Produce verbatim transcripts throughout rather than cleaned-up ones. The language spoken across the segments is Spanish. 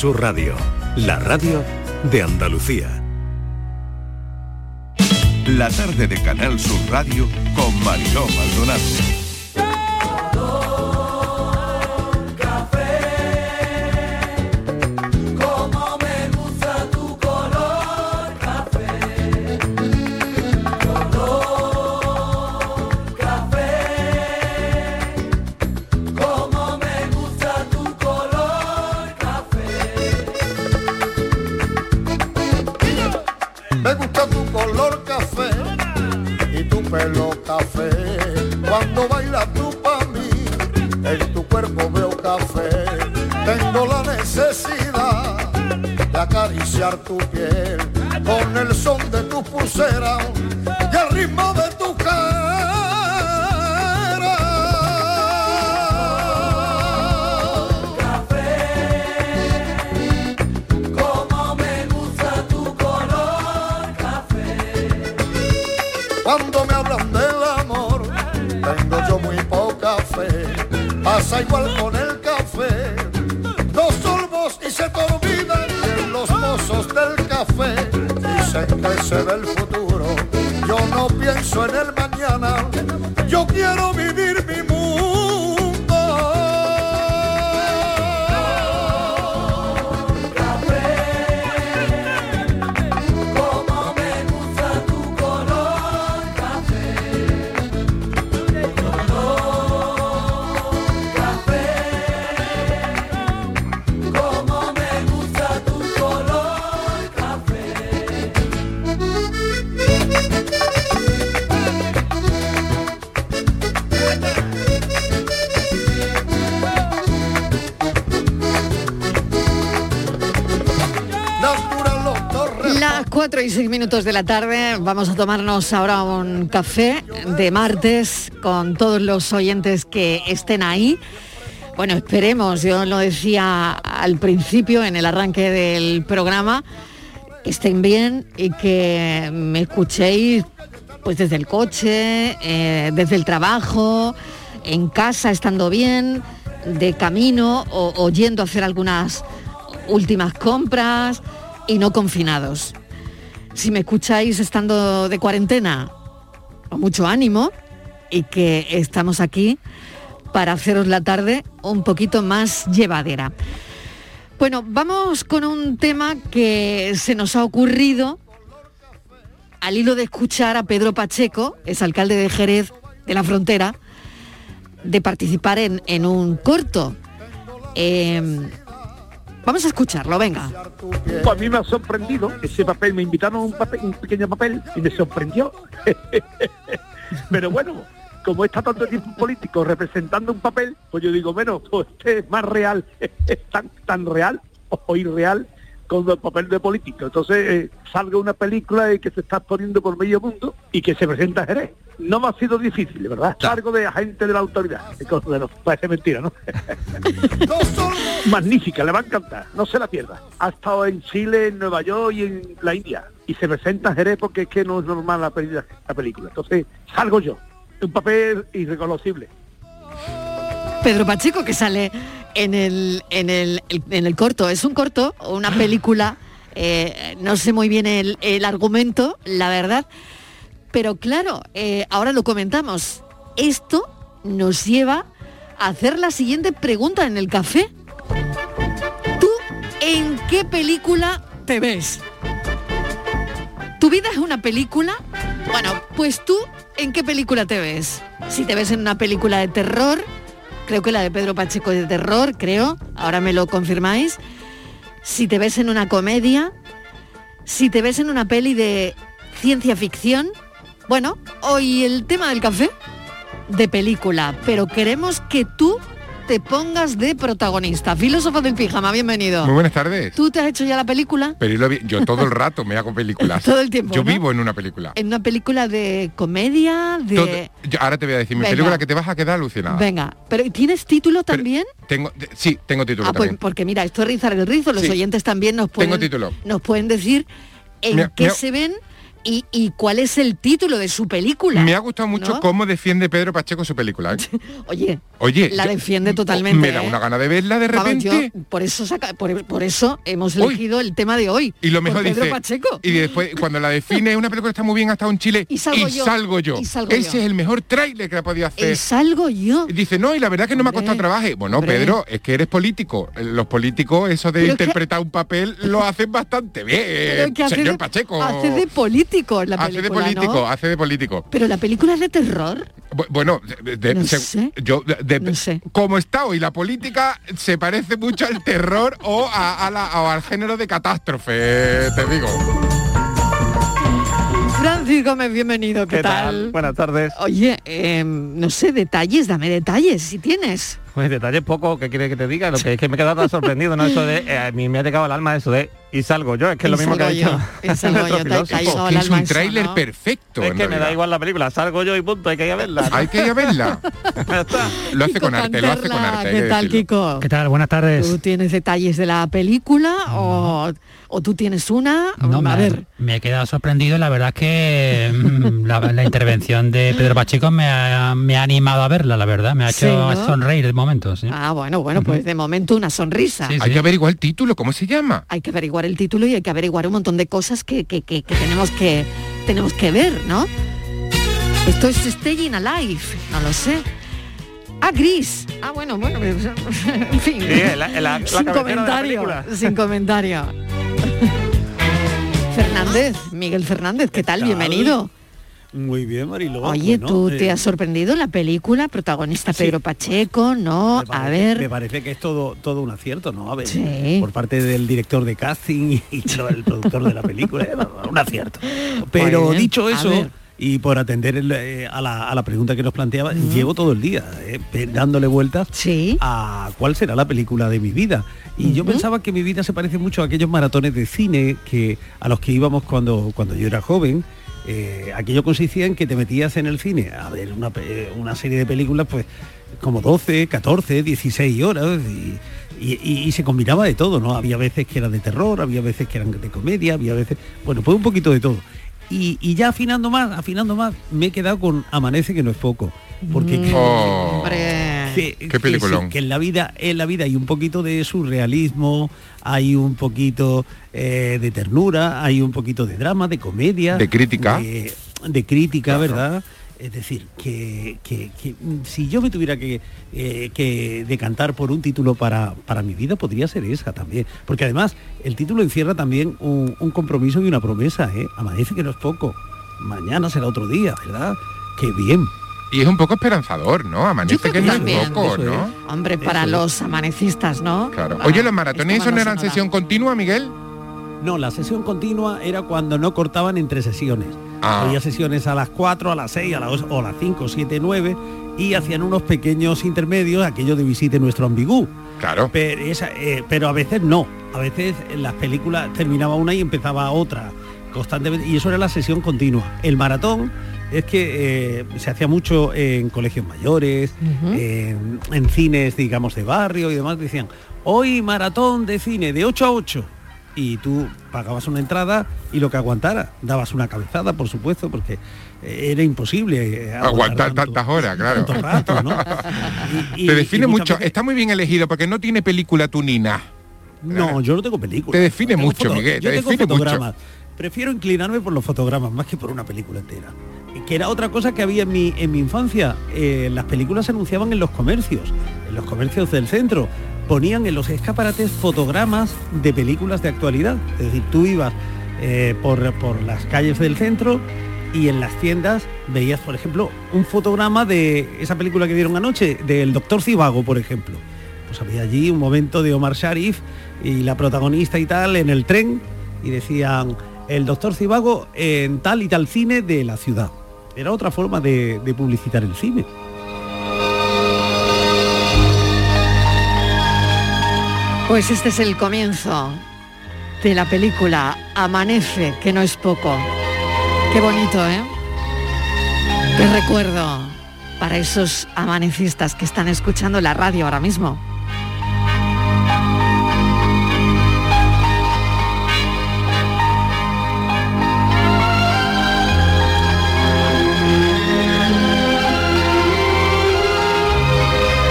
Sur Radio, la radio de Andalucía. La tarde de Canal Sur Radio con Mariló Maldonado. Pelo café, cuando bailas tú pa' mí, en tu cuerpo veo café, tengo la necesidad de acariciar tu piel, con el son de tu pulsera y el ritmo de tu cara. Café, como me gusta tu color café. Cuando me tengo yo muy poca fe, pasa igual con el café, dos sorbos y se te olvidan de los mozos del café, dicen que se ve el futuro, yo no pienso en el mañana, yo quiero vivir mi mundo. Café, como me gusta tu color café. Las cuatro y seis minutos de la tarde, vamos a tomarnos ahora un café de martes con todos los oyentes que estén ahí. Bueno, esperemos, yo lo decía al principio, en el arranque del programa, que estén bien y que me escuchéis pues desde el coche, eh, desde el trabajo, en casa estando bien, de camino o, o yendo a hacer algunas últimas compras y no confinados. Si me escucháis estando de cuarentena, con mucho ánimo y que estamos aquí para haceros la tarde un poquito más llevadera. Bueno, vamos con un tema que se nos ha ocurrido al hilo de escuchar a Pedro Pacheco, es alcalde de Jerez de la Frontera, de participar en, en un corto. Eh, Vamos a escucharlo, venga. Pues a mí me ha sorprendido ese papel, me invitaron a un, papel, un pequeño papel y me sorprendió. Pero bueno, como está tanto tiempo político representando un papel, pues yo digo, bueno, pues este es más real, es tan, tan real o irreal como el papel de político. Entonces eh, salga una película que se está poniendo por medio mundo y que se presenta a Jerez. No me ha sido difícil, ¿verdad? Cargo de agente de la autoridad. Bueno, parece mentira, ¿no? Magnífica, le va a encantar, no se la pierda. Ha estado en Chile, en Nueva York y en la India. Y se presenta a Jerez porque es que no es normal la, peli- la película. Entonces, salgo yo. Un papel irreconocible. Pedro Pacheco, que sale en el, en el, en el corto. Es un corto, una película, eh, no sé muy bien el, el argumento, la verdad. Pero claro, eh, ahora lo comentamos. Esto nos lleva a hacer la siguiente pregunta en el café. ¿Tú en qué película te ves? ¿Tu vida es una película? Bueno, pues tú, ¿en qué película te ves? Si te ves en una película de terror, creo que la de Pedro Pacheco es de terror, creo, ahora me lo confirmáis. Si te ves en una comedia, si te ves en una peli de ciencia ficción. Bueno, hoy el tema del café, de película, pero queremos que tú te pongas de protagonista. Filósofo del pijama, bienvenido. Muy buenas tardes. ¿Tú te has hecho ya la película? Pero lo, yo todo el rato me hago películas. Todo el tiempo, Yo ¿no? vivo en una película. En una película de comedia, de... Todo, yo, ahora te voy a decir mi Venga. película que te vas a quedar alucinada. Venga, pero ¿tienes título Pero también? Tengo, sí, tengo título Ah, pues también. porque mira, esto es rizar el rizo, los Sí. oyentes también nos pueden, Tengo título. nos pueden decir en Me- qué me- se ven ¿Y, ¿Y cuál es el título de su película? Me ha gustado mucho ¿no? cómo defiende Pedro Pacheco su película. ¿eh? Oye, Oye, la yo- defiende totalmente. Me da ¿eh? una gana de verla de Vamos, repente. yo por eso saca, por, por eso hemos Uy. elegido el tema de hoy. Y lo por mejor Pedro dice, Pacheco. y después cuando la define, una película que está muy bien, ha estado en Chile, Y salgo yo. salgo yo. Y salgo Ese yo. es el mejor tráiler que ha podido hacer. Y salgo yo. Y dice, no, y la verdad que no me ha Hombre, costado trabajo. Bueno, hombre. Pedro, es que eres político. Los políticos, eso de Pero es que- interpretar un papel, lo hacen bastante bien. Pero es que hace Señor de, Pacheco. hace de político la hace de película, político, ¿no? hace de político. Pero la película es de terror. Bu- Bueno, de- de- No se- sé. yo de- de- No sé. como está hoy la política, se parece mucho al terror o, a, a la- o al género de catástrofe, te digo. Francis Gómez, bienvenido, ¿qué, ¿Qué tal? Buenas tardes. Oye, eh, no sé, detalles, dame detalles, si tienes. Pues detalles poco, ¿qué quieres que te diga? Lo que es que me he quedado tan sorprendido, ¿no? Eso de, eh, a mí me ha llegado al alma eso de, y salgo yo, es que es Y lo mismo que ha salgo dicho yo, y salgo nuestro yo, te ha filósofo. caído Que el es alma un eso, tráiler ¿no? perfecto. Es en que me da realidad. igual la película, salgo yo y punto, hay que ir a verla. Hay que ir a verla. Ya está. Lo hace Kiko con arte, lo hace con Canterla, arte. hay ¿qué que tal, decirlo. Kiko? ¿Qué tal? Buenas tardes. ¿Tú tienes detalles de la película o, o tú tienes una? No, a me, ver. me he quedado sorprendido. La verdad es que mm, la, la intervención de Pedro Pacheco me ha, me ha animado a verla, la verdad. Me ha Sí, hecho ¿no? sonreír de momento. Sí. Ah, bueno, bueno, pues de momento una sonrisa. Sí, Hay que averiguar el título, ¿cómo se llama? Hay que averiguar el título y hay que averiguar un montón de cosas que, que- que- que tenemos que tenemos que ver, ¿no? Esto es Staying Alive, no lo sé. Ah, Gris. Ah, bueno, bueno, en fin. Sí, la- la- la sin cabecera de la comentario, película. sin comentario. Fernández, Miguel Fernández, ¿qué tal? tal? Bienvenido. Muy bien, Mariló. Oye, Bueno, ¿tú eh, te has sorprendido la película? Protagonista sí. Pedro Pacheco, ¿no? me parece, A ver. Me parece que es todo, todo un acierto, ¿no? A ver, Sí. por parte del director de casting y lo- el productor de la película, eh, un acierto. Pero Muy bien, dicho a eso, ver. y por atender el, eh, a, la, a la pregunta que nos planteaba, llevo todo el día eh, pe- dándole vueltas Sí. a cuál será la película de mi vida. Y yo Ujú. pensaba que mi vida se parece mucho a aquellos maratones de cine que a los que íbamos cuando, cuando yo era joven. Eh, aquello consistía en que te metías en el cine a ver una, pe- una serie de películas pues como doce, catorce, dieciséis horas y, y- y- y se combinaba de todo, ¿no? Había veces que eran de terror, había veces que eran de comedia, había veces... Bueno, pues un poquito de todo. Y, y ya afinando más, afinando más, me he quedado con Amanece, que no es poco. Porque Mm, que- Oh. Hombre. que, Qué que peliculón. sí, que en la vida en la vida hay un poquito de surrealismo, hay un poquito eh, de ternura, hay un poquito de drama, de comedia, De crítica. de, de crítica, Claro. ¿verdad? Es decir, que, que- que, mm, si yo me tuviera que, eh, que decantar por un título para, para mi vida, podría ser esa también. Porque además, el título encierra también un, un compromiso y una promesa, ¿eh? Amanece, que no es poco. Mañana será otro día, ¿verdad? Qué bien. Y es un poco esperanzador, ¿no? Amanece creo que que no es también. poco, Eso ¿no? es. Hombre, para Eso es. los amanecistas, ¿no? Claro. Ah, Oye, los maratones, esta ¿eso no banda eran sonora. sesión continua, Miguel? No, la sesión continua era cuando no cortaban entre sesiones. Ah. Había sesiones a las cuatro, a las seis, a las ocho, o a las cinco, siete, nueve y hacían unos pequeños intermedios, aquello de visite nuestro ambigú. Claro. Pero, esa, eh, pero a veces no. A veces en las películas terminaba una y empezaba otra constantemente. Y eso era la sesión continua. El maratón es que eh, se hacía mucho en colegios mayores, Ujú. en, en cines, digamos, de barrio y demás. Decían, hoy maratón de cine de ocho a ocho. Y tú pagabas una entrada y lo que aguantara. Dabas una cabezada, por supuesto, porque eh, era imposible eh, Aguantar tanto- tantas horas, claro. tanto rato, ¿no? Y- y- Te y define muchas mucho. veces- Está muy bien elegido porque no tiene película tú ni nada. No, yo no tengo película. Te define Tengo mucho, Miguel, Yo te tengo define mucho. fotogramas. Prefiero inclinarme por los fotogramas más que por una película entera. Que era otra cosa que había en mi, en mi infancia. Eh, las películas se anunciaban en los comercios, en los comercios del centro. Ponían en los escaparates fotogramas de películas de actualidad. Es decir, tú ibas eh, por, por las calles del centro y en las tiendas veías, por ejemplo, un fotograma de esa película que dieron anoche, del Doctor Zivago, por ejemplo. Pues había allí un momento de Omar Sharif y la protagonista y tal en el tren y decían el Doctor Zivago en tal y tal cine de la ciudad. Era otra forma de, de publicitar el cine. Pues este es el comienzo de la película Amanece, que no es poco. Qué bonito, ¿eh? Qué recuerdo para esos amanecistas que están escuchando la radio ahora mismo.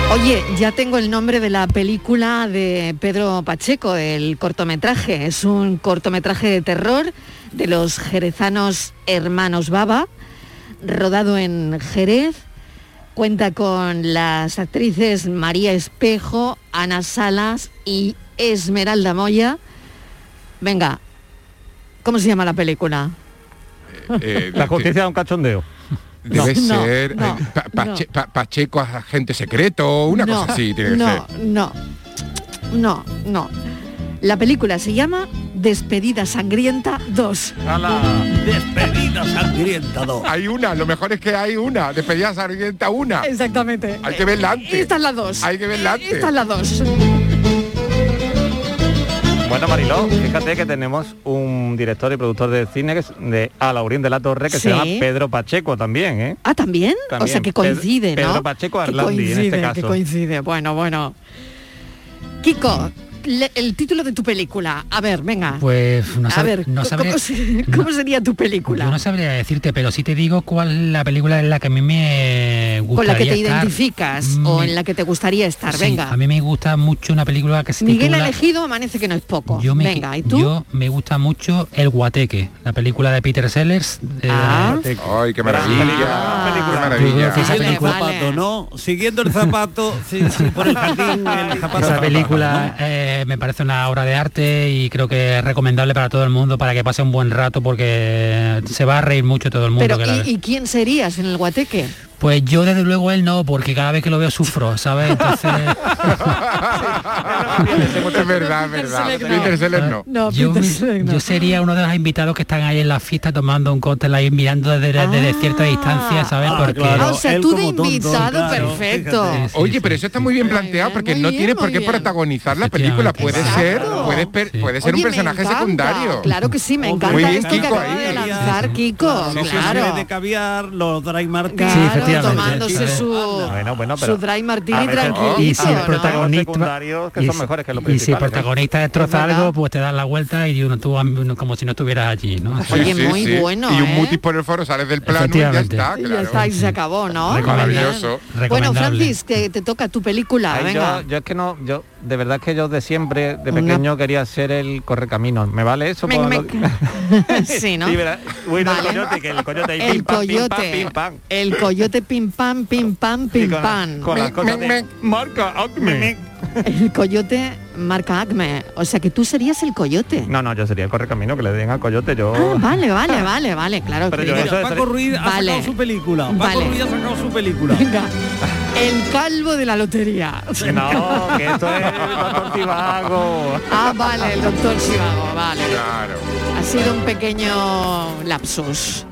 Oye, ya tengo el nombre de la película de Pedro Pacheco, el cortometraje. Es un cortometraje de terror de los jerezanos Hermanos Baba, rodado en Jerez. Cuenta con las actrices María Espejo, Ana Salas y Esmeralda Moya. Venga, ¿cómo se llama la película? Eh, eh, La justicia de un cachondeo. Debe No, ser no, eh, pa- Pache- no. pa- Pacheco, agente secreto, una No, cosa así tiene que no, ser. no, no, no. La película se llama Despedida Sangrienta dos. Despedida Sangrienta dos. Hay una, lo mejor es que hay una, despedida sangrienta una. Exactamente. Hay que verla antes. Esta es la dos. Hay que verla antes. Esta es la dos. Bueno, Mariló, fíjate que tenemos un director y productor de cine que es de Alaurín de la Torre que Sí. se llama Pedro Pacheco también, ¿eh? Ah, ¿también? También. O sea, que coincide, Pedro- ¿no? Pedro Pacheco Que Arlandi, en coincide, este caso. que coincide. Bueno, bueno. Kiko, le- el título de tu película. A ver, venga. Pues no, A sab- ver, no ¿cómo, sabré, se- cómo sería tu película? yo no sabría decirte, pero sí te digo cuál es la película en la que a mí me gustaría Con la que te estar. identificas o Me- en la que te gustaría estar. Sí, Venga. a mí me gusta mucho una película que se Miguel titula... ha elegido Amanece que no es poco. Yo me, Venga, ¿y tú? yo me gusta mucho El Guateque, la película de Peter Sellers. de- Ah. Ay, qué maravilla. Ah. Qué Yo maravilla. creo que esa Siguiendo el película- zapato, ¿no? Siguiendo el zapato, sí, sí, por el jardín, el zapato. Esa película eh, me parece una obra de arte y creo que es recomendable para todo el mundo para que pase un buen rato porque se va a reír mucho todo el mundo. Pero, que la ve. ¿y, ¿y quién serías en el Guateque? Pues yo desde luego él no, porque cada vez que lo veo sufro, ¿sabes? Entonces Es verdad, es verdad. Sellers no. Peter Sellers no. No, yo, Peter me- Sellers no. yo sería uno de los invitados que están ahí en la fiesta tomando un cóctel ahí mirando desde, desde Ah. cierta distancia, ¿sabes? Ah, Porque claro. Ah, o sea, él tú de como tonto, invitado, claro, perfecto. fíjate. Sí, Oye, sí, pero sí. eso está muy bien Muy planteado bien, porque muy no bien, tienes por muy qué bien. protagonizar la película. Puede Efectivamente. ser, Exacto. puedes, per- Sí. puede ser Oye, un me personaje encanta. secundario. Claro que sí, me Hombre, encanta muy bien, esto que Kiko, acaba ahí. de lanzar Kiko. Los Claro. de caviar, los dry martini. Claro, efectivamente. tomándose Sí. su, Bueno, bueno, pero su dry martini a veces- tranquilito, y si el ¿no? protagonista Los secundarios que y son si- mejores que los y si el principales, ¿eh? protagonista destroza Es verdad. algo, pues te das la vuelta y uno tú uno como si no estuvieras allí, ¿no? Sí, Oye, sí, muy sí. bueno, Y un ¿eh? mutis por el foro, sales del plano y ya Efectivamente. está, Y ya claro. está, y se acabó, ¿no? Maravilloso. Bueno, Recomendable. Francis, que te toca tu película, Ay, venga. yo, yo es que no, yo de verdad que yo de siempre, de pequeño quería ser el correcaminos. ¿Me vale eso? Mec, Por mec. lo- Sí, ¿no? Sí, ¿verdad? Bueno, Vale. el coyote, que el coyote y El pim, pam, pim, pam, coyote, pim, pam. el coyote pim pam, pim pam, Sí, pim con, pam. con las Mec, cosas mec, de mec. marca Acme. El coyote marca Acme, o sea que tú serías el coyote. No, no, yo sería el correcamino, que le den al coyote, yo... Ah, vale, vale, vale, vale, claro. Pero que yo yo- eso- Paco Ruiz ha Vale. sacado su película. Paco Vale. Ruiz ha sacado su película. Venga, el calvo de la lotería. No, que esto es el doctor Tibago. Ah, vale, el doctor Chivago, vale. Claro. Ha sido un pequeño lapsus.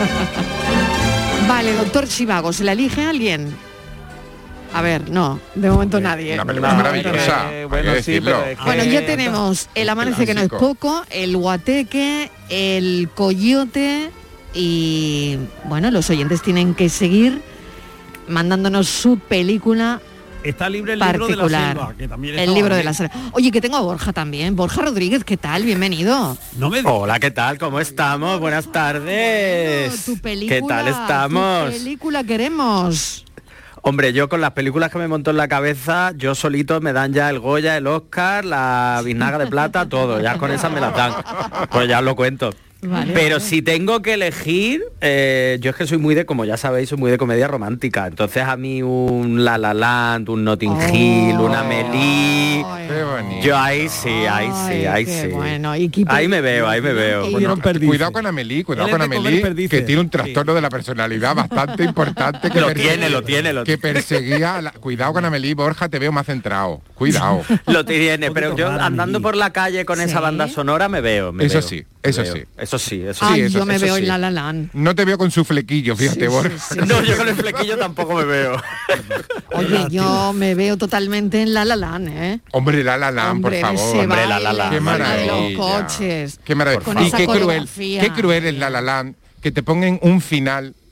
Vale, doctor Chivago, ¿se la elige a alguien? A ver, no, de momento nadie. Una película No, maravillosa, eh, hay bueno, que sí, decirlo. pero es que- Bueno, ya tenemos el amanece que no es clásico. poco, el guateque, el coyote y bueno, los oyentes tienen que seguir mandándonos su película Está libre el libro de la particular. selva, que también El estaba libro de bien. la selva. Oye, que tengo a Borja también. Borja Rodríguez, ¿qué tal? Bienvenido. No me Hola, ¿qué tal? ¿Cómo estamos? Buenas tardes. Tu película, ¿Qué tal estamos? Tu película queremos. Hombre, yo con las películas que me montó en la cabeza, yo solito me dan ya el Goya, el Oscar, la Biznaga de Plata, todo. Ya con esas me las dan. Pues ya os lo cuento. Vale, Pero vale. si tengo que elegir, eh, yo es que soy muy de, como ya sabéis, soy muy de comedia romántica. Entonces a mí un La La Land, un Notting Hill, una Amélie, Qué bonito. yo ahí sí, ahí sí, Ay, ahí qué sí. bueno. Y qué- Ahí me veo, ahí me veo. Y- Bueno, Perdices. cuidado con Amélie, cuidado Él es con de comer Amélie, perdices. que tiene un trastorno de la personalidad bastante importante. Que Lo perseguía- tiene, lo tiene, lo Que tiene. perseguía... a la- Cuidado con Amélie, Borja, te veo más centrado. Cuidado. Lo tiene, Un pero poquito yo rara, andando Mimi. por la calle con ¿Sí? esa banda sonora me veo. Me Eso veo, sí, me eso veo. sí. Eso sí, eso Ay, sí. eso- yo me eso veo sí. en La La Land. No te veo con su flequillo, fíjate, Borja. No, yo con el flequillo tampoco me veo. Oye, yo me veo totalmente en La La Land, ¿eh? Hombre, La La Land, por Hombre, favor. ese Hombre, La La baile Land. Qué encima de maravilla. los coches. Qué maravilla. Con Y esa qué cruel, coreografía. qué cruel es La La Land que te pongan un final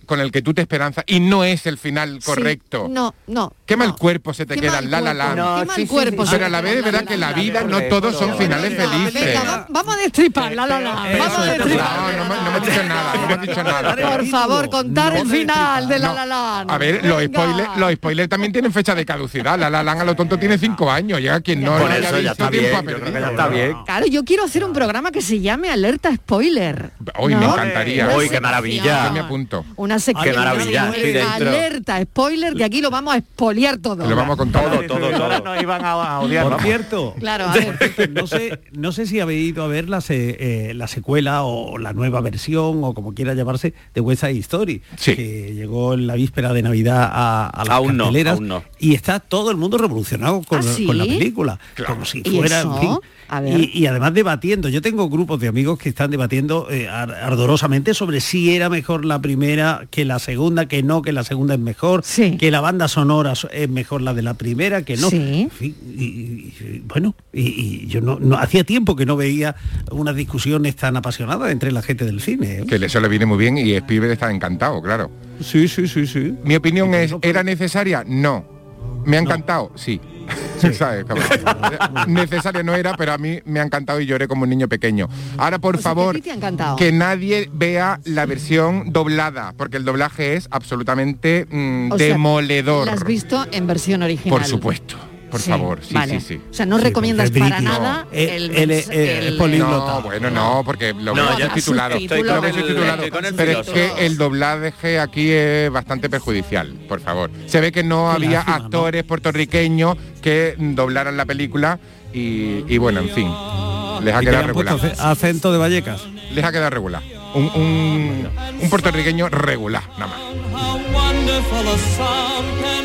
con el que tú te esperanzas y no es el final correcto. Sí, no, no. Qué no. mal cuerpo se te Qué queda mal en La La cuerpo. Land. No, Qué mal sí, sí, cuerpo sí, se pero a te la queda vez en es La verdad La que la Land. vida no todos son finales felices. Venga, va- vamos a destripar La La Land. Vamos a destripar. No, no, me- no hemos dicho nada, no hemos dicho nada. Por favor, contar el final de La La Land. A ver, los Venga. spoilers, los spoilers también tienen fecha de caducidad. La La Land a lo tonto tiene cinco años. Llega quien no Por lo haya eso ya visto, está tiempo bien, ha yo creo que perdido. ya está bien. Claro, yo quiero hacer un programa que se llame Alerta Spoiler. Hoy ¿no? me encantaría. Uy, qué maravilla. Yo me apunto. Una sección. Qué maravilla, estoy dentro. Alerta Spoiler, que aquí lo vamos a expoliar todo. Lo vamos a contar Todo, todo, todo. Nos iban a, a odiar. Por vamos. cierto, Claro, a ver. no sé, no sé si habéis ido a ver la, se- eh, la secuela o la nueva versión o como quiera llamarse de West Side Story, Sí. que llegó en la víspera de Navidad a, a las Aún no, carteleras aún no. y está todo el mundo revolucionado con, ¿Ah, sí? con la película, Claro. como si ¿Y fuera, eso? en fin. A ver. Y, y además debatiendo, yo tengo grupos de amigos que están debatiendo eh, ar- ardorosamente sobre si era mejor la primera que la segunda, que no, que la segunda es mejor, Sí. que la banda sonora so- es mejor la de la primera, que no. Sí. En fin, y, y- y, bueno, y, y yo no, no hacía tiempo que no veía unas discusiones tan apasionadas entre la gente del cine. ¿eh? Que eso le viene muy bien y Spielberg está encantado, claro. Sí, sí, sí, sí. Mi opinión es, No, pero- ¿era necesaria? No. ¿Me ha encantado? Sí. ¿Sabes? Como- Necesaria no era, pero a mí me ha encantado y lloré como un niño pequeño. Ahora, por O sea, que a favor, ti te ha encantado. que nadie vea la versión doblada, porque el doblaje es absolutamente mm, O sea, demoledor. ¿La has visto en versión original? Por supuesto. Por Sí, favor, sí, vale. sí, sí. O sea, no Sí, recomiendas porque es para british. nada Eh, el, él es- el- eh, el- poliglota. No, bueno, no, porque lo No, veo ya subtitulado. estoy Lo con veo el- subtitulado. estoy con el Pero es subtítulo. que el doblaje aquí es bastante perjudicial, por favor. Se ve que no Qué había lástima, ¿no? actores puertorriqueños que mm, doblaran la película y, y bueno, en fin, les ha Y que le quedado han puesto regular. ace- acento de Vallecas. Les ha quedado regular. Un, un, un puertorriqueño regular, nada más. How wonderful a sound can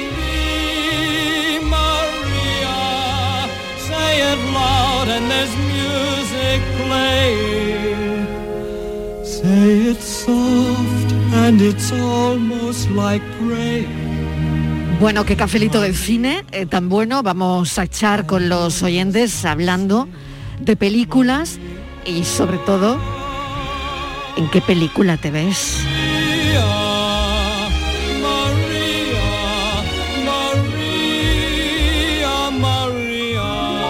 be, Maria. Say it loud and there's music playing. Say it soft and it's almost like praying. Bueno, qué cafelito del cine, eh, tan bueno. Vamos a echar con los oyentes hablando de películas y sobre todo, ¿en qué película te ves? Maria, Maria, Maria.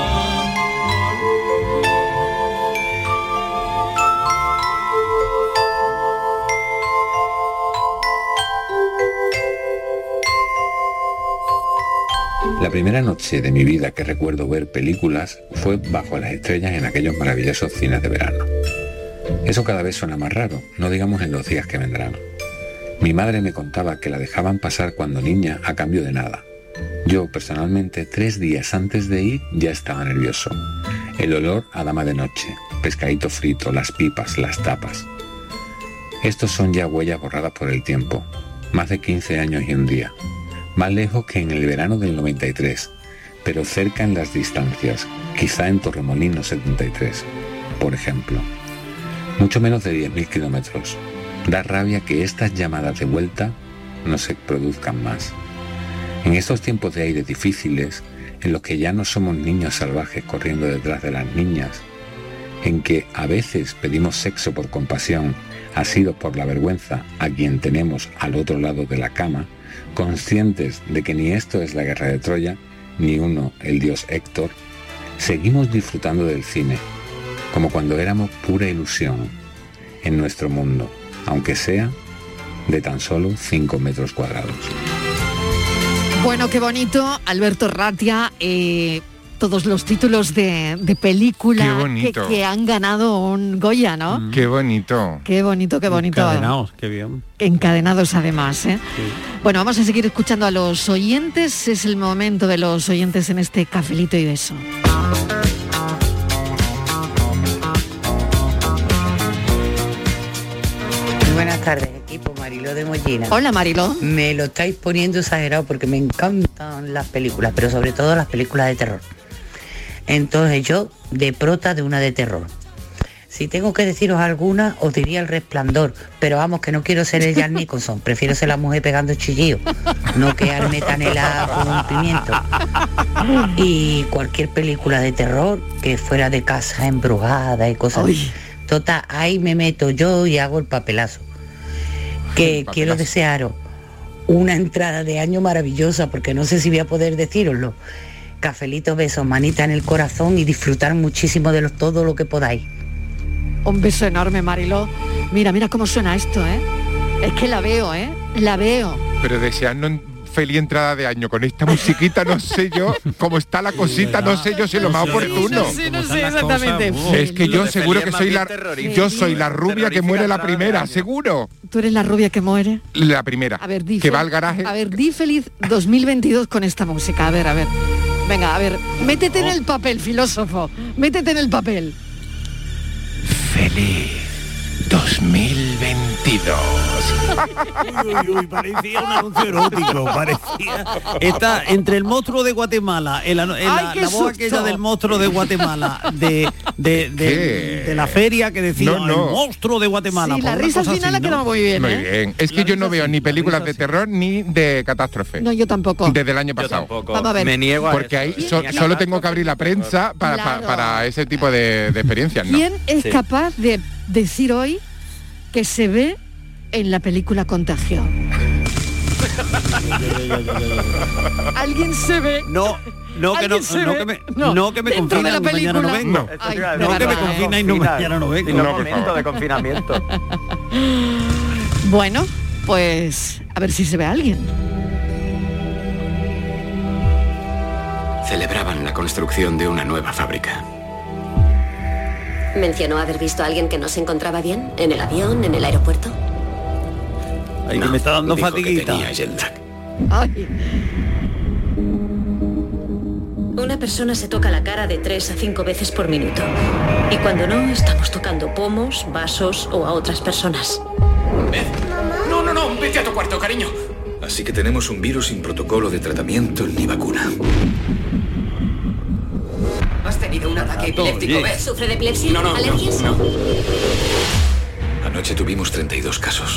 La primera noche de mi vida que recuerdo ver películas fue Bajo las estrellas en aquellos maravillosos cines de verano. Eso cada vez suena más raro, no digamos en los días que vendrán. Mi madre me contaba que la dejaban pasar cuando niña a cambio de nada. Yo, personalmente, tres días antes de ir ya estaba nervioso. El olor a dama de noche, pescadito frito, las pipas, las tapas. Estos son ya huellas borradas por el tiempo. Más de quince años y un día. Más lejos que en el verano del noventa y tres, pero cerca en las distancias, quizá en Torremolinos setenta y tres, por ejemplo. Mucho menos de diez mil kilómetros. Da rabia que estas llamadas de vuelta no se produzcan más. En estos tiempos de aire difíciles, en los que ya no somos niños salvajes corriendo detrás de las niñas, en que a veces pedimos sexo por compasión, asidos por la vergüenza a quien tenemos al otro lado de la cama, conscientes de que ni esto es la guerra de Troya, ni uno, el dios Héctor, seguimos disfrutando del cine, como cuando éramos pura ilusión en nuestro mundo, aunque sea de tan solo cinco metros cuadrados. Bueno, qué bonito, Alberto Ratia, eh, todos los títulos de, de película Qué que, bonito. que han ganado un Goya, ¿no? Qué bonito. Qué bonito, qué bonito. Encadenados, qué bien. Encadenados además, ¿eh? Bueno, vamos a seguir escuchando a los oyentes. Es el momento de los oyentes en este cafelito y beso. Muy buenas tardes, equipo Mariló de Mollina. Hola, Mariló. Me lo estáis poniendo exagerado porque me encantan las películas, pero sobre todo las películas de terror. Entonces yo, de prota de una de terror. Si tengo que deciros alguna, os diría El Resplandor, pero vamos, que no quiero ser el Jack Nicholson, prefiero ser la mujer pegando chillillos, no quedarme tan helada con un pimiento. Y cualquier película de terror que fuera de casa embrujada y cosas así. Total, ahí me meto yo y hago el papelazo. que quiero desearos una entrada de año maravillosa, porque no sé si voy a poder decíroslo. Cafelito, besos, manita en el corazón y disfrutar muchísimo de lo, todo lo que podáis. Un beso enorme, Mariló. Mira, mira cómo suena esto, ¿eh? Es que la veo, ¿eh? La veo. Pero deseando feliz entrada de año con esta musiquita, no sé yo cómo está la cosita, no sé yo si es lo más oportuno. Sí, no sé exactamente. Es que yo seguro que soy la yo soy la rubia que muere la primera, seguro. ¿Tú eres la rubia que muere? La primera. A ver, di que fel- va al garaje. A ver, di feliz dos mil veintidós con esta música. A ver, a ver. Venga, a ver, métete en el papel, filósofo. Métete en el papel. Feliz dos mil veintidós. Uy, uy, uy, parecía un anuncio erótico, parecía. Está entre el monstruo de Guatemala, el, el, Ay, la, qué la voz susto. aquella del monstruo de Guatemala, de, de, de, de la feria que decía No, no. el monstruo de Guatemala. Sí, pues la una risa al cosa final así, ha ¿no? quedado muy bien, Muy ¿eh? bien. Es que La yo no risa veo sí, ni la películas risa de sí. terror ni de catástrofe. No, yo tampoco. Desde el año Yo pasado. tampoco. Vamos a ver. Me niego a Porque eso. ahí so- Ni a solo tengo que abrir la prensa para, Claro. para, para ese tipo de, de experiencias, ¿no? ¿Quién es Sí. capaz de decir hoy que se ve en la película Contagio? ¿Alguien se ve? No, no que no, ¿Alguien se no ve? que me, No, no que me dentro de confinan la y mañana no película. vengo. No. Ay, Eso de te iba a No que me verdad, ¿eh? confinan y no mañana no vengo. En un No, por momento favor. de confinamiento. Bueno, pues a ver si se ve a alguien. Celebraban la construcción de una nueva fábrica. ¿Mencionó haber visto a alguien que no se encontraba bien? ¿En el avión? ¿En el aeropuerto? Ay, que me está dando Dijo que fatiguita. tenía jet lag. Ay, Una persona se toca la cara de tres a cinco veces por minuto. Y cuando no, estamos tocando pomos, vasos o a otras personas. Beth. No, no, no, vete a tu cuarto, cariño. Así que tenemos un virus sin protocolo de tratamiento ni vacuna. ¿Has tenido un ataque epiléptico, Beth? ¿Sufre de epilepsia? No, no, no, ¿Alergias? no. Anoche tuvimos treinta y dos casos.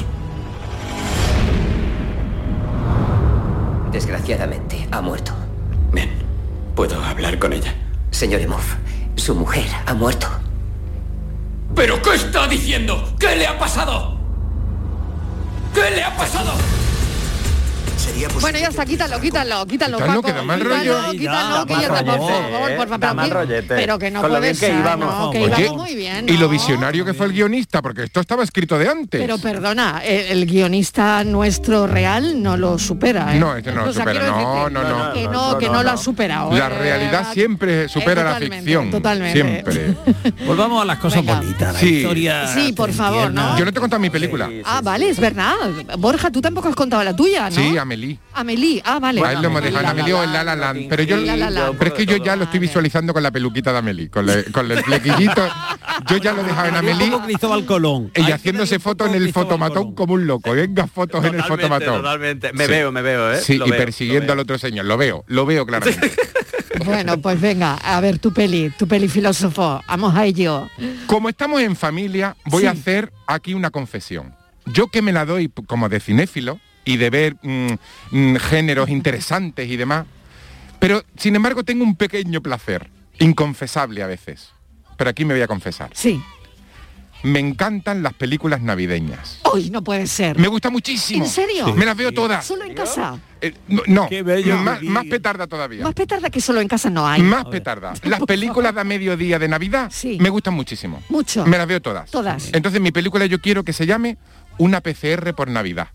Desgraciadamente, ha muerto. Bien, ¿puedo hablar con ella? Señor Emov, su mujer ha muerto. ¿Pero qué está diciendo? ¿Qué le ha pasado? ¿Qué le ha pasado? Sería bueno, ya está, quítalo, quítalo, quítalo, Quítalo, Paco. que da mal quítalo, rollo. quítalo, Da que mal ya está, por rollete, favor, ¿eh? por favor. Da mal pero que- rollete. Pero que no Con lo puede bien que ser, íbamos. no, que Oye, íbamos muy bien, y lo ¿no? visionario que fue el guionista, porque esto estaba escrito de antes. Pero perdona, el, el guionista nuestro real no lo supera, ¿eh? No, este no lo O sea, supera, quiero no, decirte no, no. Que no, que no, lo ha superado. La ¿eh? realidad siempre supera la totalmente, ficción. totalmente. Siempre. Volvamos a las cosas Venga. bonitas, la Sí. historia. Sí, por favor, ¿no? Yo no te he contado mi película. Ah, vale, es verdad. Borja, tú tampoco has contado la tuya, ¿no? Sí, Amelie. Amelie, ah, vale. Ahí lo hemos dejado en Amelie o en La La Land. Pero yo, La La Land. pero es que yo ya lo estoy visualizando con la peluquita de Amelie, con, la- con el flequillito. Yo ya lo he dejado en Amelie. Como Cristóbal Colón. Y haciéndose fotos en el fotomatón como un loco. Venga, fotos en el Totalmente, fotomatón. totalmente. Me Sí. veo, me veo, ¿eh? Sí, Lo y veo, persiguiendo lo al veo. otro señor. Lo veo, lo veo claramente. Bueno, pues venga, a ver tu peli, tu peli filósofo. Vamos a ello. Como estamos en familia, voy Sí. a hacer aquí una confesión. Yo que me la doy p- como de cinéfilo y de ver mm, mm, géneros interesantes y demás, pero sin embargo tengo un pequeño placer, inconfesable a veces. Pero aquí me voy a confesar. Sí. Me encantan las películas navideñas. Hoy no puede ser. Me gusta muchísimo. ¿En serio? Me las veo todas. ¿Solo en casa? Eh, no, no, Qué bello, más, Vicky. más petarda todavía. Más petarda que solo en casa no hay. Más petarda. Las películas de a mediodía de Navidad Sí. me gustan muchísimo. Mucho. Me las veo todas. Todas. Entonces mi película yo quiero que se llame Una P C R por Navidad.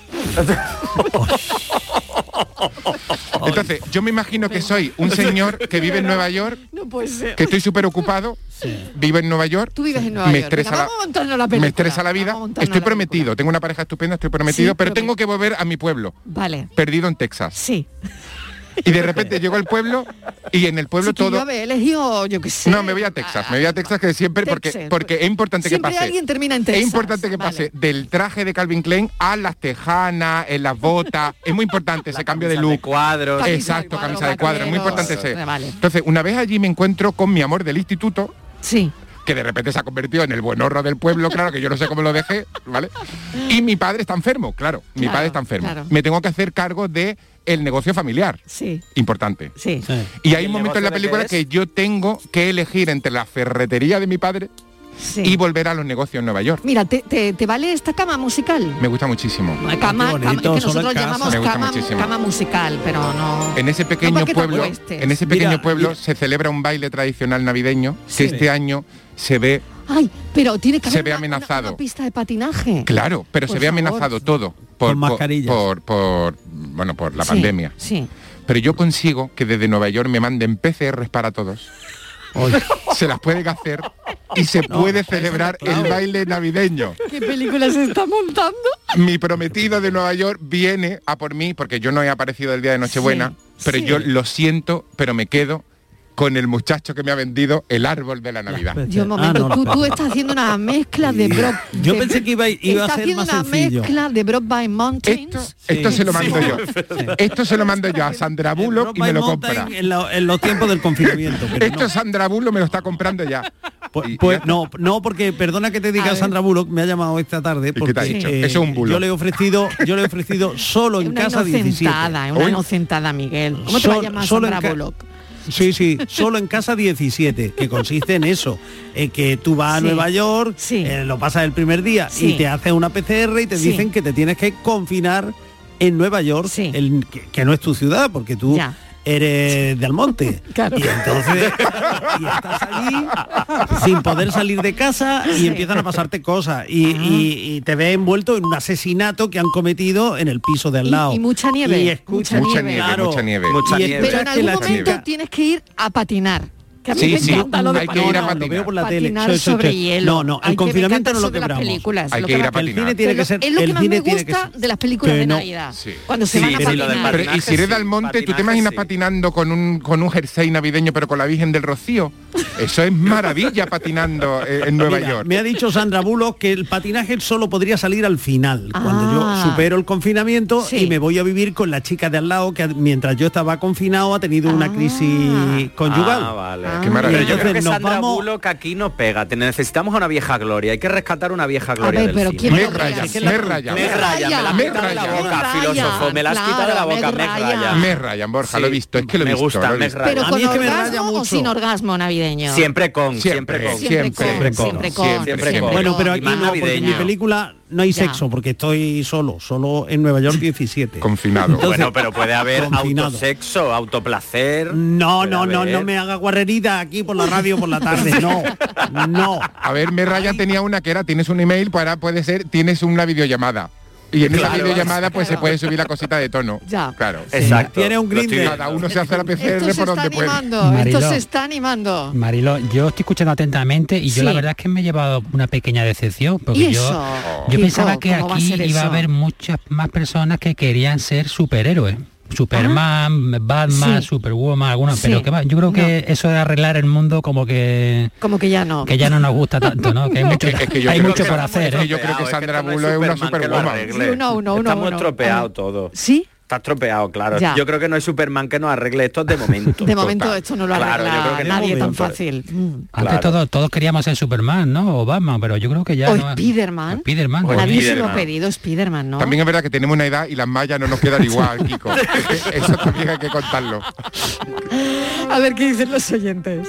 Entonces, yo me imagino que soy un señor que vive en Nueva York, No puede ser. que estoy súper ocupado, vivo en Nueva York. Tú vives en Nueva me York. Estresa Venga, la, vamos a montarnos la película. me estresa la vida. Vamos a montarnos Estoy la prometido, tengo una pareja estupenda, estoy prometido, Sí, pero pero- tengo que volver a mi pueblo, Vale. perdido en Texas. Sí. Y de repente llego al pueblo y en el pueblo Si tú yo todo... había elegido, yo qué sé. No, me voy a Texas, me voy a Texas que siempre porque Texas. porque es importante Siempre que pase. alguien termina en Texas. Es importante que Vale. pase del traje de Calvin Klein a las tejanas, en las botas. Es muy importante ese cambio de look. Cuadros. Camisa de Exacto, cuadro, camisa de cuadro, muy vaqueros. importante ese. Vale. Entonces, una vez allí me encuentro con mi amor del instituto, Sí. que de repente se ha convertido en el buenorro del pueblo, claro, que yo no sé cómo lo dejé, ¿vale? Y mi padre está enfermo, claro, mi Claro, padre está enfermo. claro. Me tengo que hacer cargo de el negocio familiar. Sí. Importante. Sí. Y hay ¿El un momento en la negocio de película qué es? que yo tengo que elegir entre la ferretería de mi padre Sí. y volver a los negocios en Nueva York. Mira, ¿te, te, te vale esta cama musical? Me gusta muchísimo. Cama, bonito, cama, es que solo nosotros en casa. llamamos Me gusta cama, muchísimo. cama musical, pero no... En ese No pequeño porque te pueblo, acuestes. en ese pequeño Mira, pueblo mira. se celebra un baile tradicional navideño Sí. que este año se ve, Ay, pero tiene que se haber ve una, amenazado. una- una pista de patinaje. Claro, pero Por se ve favor. amenazado todo por, Con por- mascarillas. por, por, bueno, por la Sí, pandemia. Sí. Pero yo consigo que desde Nueva York me manden P C Rs para todos. Se las pueden hacer y se puede celebrar el baile navideño. ¿Qué película se está montando? Mi prometido de Nueva York viene a por mí, porque yo no he aparecido el día de Nochebuena, Sí, pero sí. yo lo siento, pero me quedo con el muchacho que me ha vendido el árbol de la Navidad. Yo, un Ah, momento, no, tú, no, tú no. estás haciendo una mezcla de Brock... Yo de- pensé que iba, iba a estás ser haciendo más una sencillo. mezcla de Brokeback Mountains. Esto, esto se lo mando yo. Esto se lo mando yo a Sandra Bullock y me lo Brokeback compra. Mountain En, lo- en los tiempos del confinamiento. pero Esto no. Sandra Bullock me lo está comprando ya. Pues, Y- pues y- no, no, porque perdona que te A diga ver. Sandra Bullock, me ha llamado esta tarde qué porque te ha dicho? eh, Eso es un Bullock. yo le he ofrecido, yo le he ofrecido solo Es en una casa diecisiete. inocentada, es una Uy. inocentada, Miguel. ¿Cómo te va a Sol- llamar solo en Sandra ca- Bullock? Sí, sí, solo en casa diecisiete, que consiste en eso, en que tú vas a Sí. Nueva York, Sí. eh, lo pasas el primer día Sí. y te haces una P C R y te Sí. dicen que te tienes que confinar en Nueva York, Sí. el- que, que no es tu ciudad, porque tú Ya. eres de Almonte. Claro. Y entonces y estás allí sin poder salir de casa y Sí. empiezan a pasarte cosas y, y- y te ves envuelto en un asesinato que han cometido en el piso de al Y- lado. y mucha nieve, Y escucha, mucha Mucha nieve, claro, mucha nieve. Mucha y nieve. Pero en escuchas que algún la momento chica- tienes que ir a patinar. Que a mí Sí, me sí, encanta lo de hay que ir a no, patinar. lo veo por la tele. patinar Soy- soy- sobre soy- hielo. No, no, Ay, el que me confinamiento encanta no lo eso de las quebramos. películas, Hay lo que ir a me- El patinar. cine tiene Pero que ser, es lo que el más me cine tiene que gusta ser. de las películas Que de no. Navidad. Sí. Cuando se Sí, van a sí, lo del patinar. Pero, y patinaje si eres sí, de Almonte, ¿tú te patinaje imaginas sí. patinando con un, con un jersey navideño pero con la Virgen del Rocío? Eso es maravilla patinando eh, en Nueva Mira, York. me ha dicho Sandra Bullock que el patinaje solo podría salir al final, cuando Ah. yo supero el confinamiento Sí. y me voy a vivir con la chica de al lado que mientras yo estaba confinado ha tenido una Ah. crisis conyugal. Ah, vale. Qué maravilla. Pero yo creo que Entonces nos Sandra vamos- Bullock aquí no pega. Te necesitamos a una vieja gloria. Hay que rescatar una vieja gloria ver, del pero cine. ¿quién Me lo raya, raya? me raya. Me raya, me la has Me quitado de la raya. boca, Me filósofo. Me la has quitado de la claro, boca, me me raya. raya. Me rayan, Borja, Sí. lo he visto, es que lo he Me visto. gusta, lo he me visto. raya. Pero A con mí es que me raya orgasmo o mucho. sin orgasmo navideño. Siempre con, Siempre, siempre con. siempre, siempre con. siempre con, Siempre siempre con. Bueno, pero Y aquí más no, porque en mi navideño. película no hay Ya. sexo, porque estoy solo, solo en Nueva York diecisiete. Confinado. Entonces- Bueno, pero puede haber Confinado. autosexo, autoplacer. No, puede no, no, haber. no me haga guarrerida aquí por la radio por la tarde, no, no. A ver, me raya tenía una que era, tienes un email, pues ahora puede ser, tienes una videollamada. Y en esa Claro. videollamada pues Claro. se puede subir la cosita de tono. Ya. Claro. Exacto. Tiene un Lo estoy Grindr. Cada uno se hace la P C Esto R se por está donde puede. animando, Mariló. esto se está animando. Marilo, yo estoy escuchando atentamente y yo Sí. la verdad es que me he llevado una pequeña decepción porque ¿Y yo, eso? yo Kiko, pensaba que ¿cómo va a aquí ser iba a eso? haber muchas más personas que querían ser superhéroes. Superman, Batman, Sí. Superwoman, algunos, Sí. pero que va, yo creo que eso de arreglar el mundo como que Como que ya no. que ya no nos gusta tanto, ¿no? Que hay mucho, Es que yo hay creo mucho que por está muy hacer, ¿eh? yo creo que Es Sandra esto no Bullock es una Superman que lo superwoman. arregle. Sí, uno, uno, uno, Está muy uno. estropeado Ah. todo. ¿Sí? Está estropeado, claro. Ya. Yo creo que no hay Superman que nos arregle esto de momento. De momento Total. esto no lo Claro, arregla yo creo que no. nadie tan Momento. fácil. Mm. Antes Claro. todos, todos queríamos ser Superman, ¿no? O Batman, pero yo creo que ya O no. Spiderman. Spiderman. O también. Nadie se lo ha Spiderman. pedido, Spiderman, ¿no? También es verdad que tenemos una edad y las mallas no nos quedan igual, Kiko. Eso también hay que contarlo. A ver qué dicen los oyentes.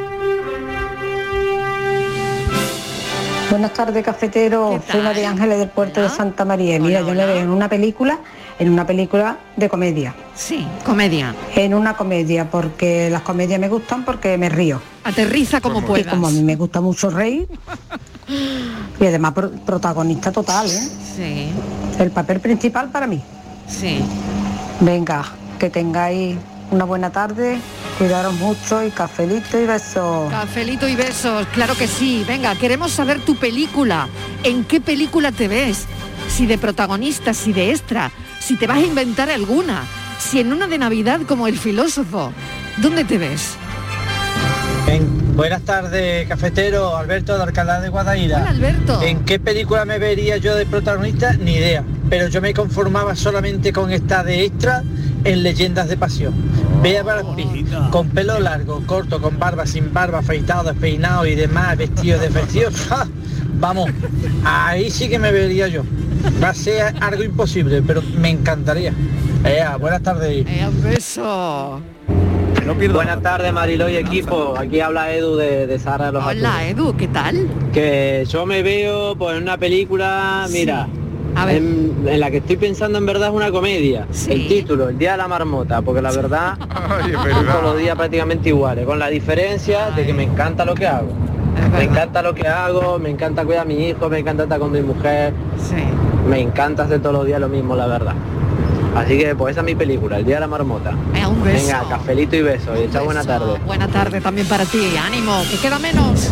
Buenas tardes, cafetero. ¿Qué tal? Soy María Ángeles del puerto de Hola. Santa María. Y Mira, Hola, yo le hola. veo en una película, en una película de comedia. Sí, comedia. En una comedia, porque las comedias me gustan porque me río. Aterriza como Pues Y puedas. como a mí me gusta mucho reír. Y además pro- protagonista total, ¿eh? Sí, El papel principal para mí. sí. Venga, que tengáis una buena tarde, cuidaros mucho y cafelito y besos. Cafelito y besos, claro que sí. Venga, queremos saber tu película. ¿En qué película te ves? Si de protagonista, si de extra, si te vas a inventar alguna, si en una de Navidad como El filósofo. ¿Dónde te ves? En- buenas tardes, cafetero. Alberto de Alcalá de Guadaira. Hola, Alberto. ¿En qué película me vería yo de protagonista? Ni idea. Pero yo me conformaba solamente con esta de extra en Leyendas de Pasión. Vea para Pitt, con pelo largo, corto, con barba, sin barba, afeitado, despeinado y demás, vestido de vestido. ¡Ja! Vamos, ahí sí que me vería yo. Va a ser algo imposible, pero me encantaría. Ea, buenas tardes. Eh, un beso. no pierdas. Buenas tardes, Mariló y equipo. Aquí habla Edu de, de Sara de los Hola, Atunes. Edu, ¿qué tal? Que yo me veo pues en una película, mira, A ver. En, en la que estoy pensando en verdad es una comedia. Sí. El título, El Día de la Marmota, porque la verdad Ay, es son verdad. todos los días prácticamente iguales, con la diferencia de que me encanta lo que hago. Me encanta lo que hago, me encanta cuidar a mi hijo, me encanta estar con mi mujer. Sí. Me encanta hacer todos los días lo mismo, la verdad. Así que pues esa es mi película, El Día de la Marmota. Eh, un beso. Venga, cafelito y besos. Y chao, buena tarde. Buena tarde también para ti. Ánimo, que queda menos.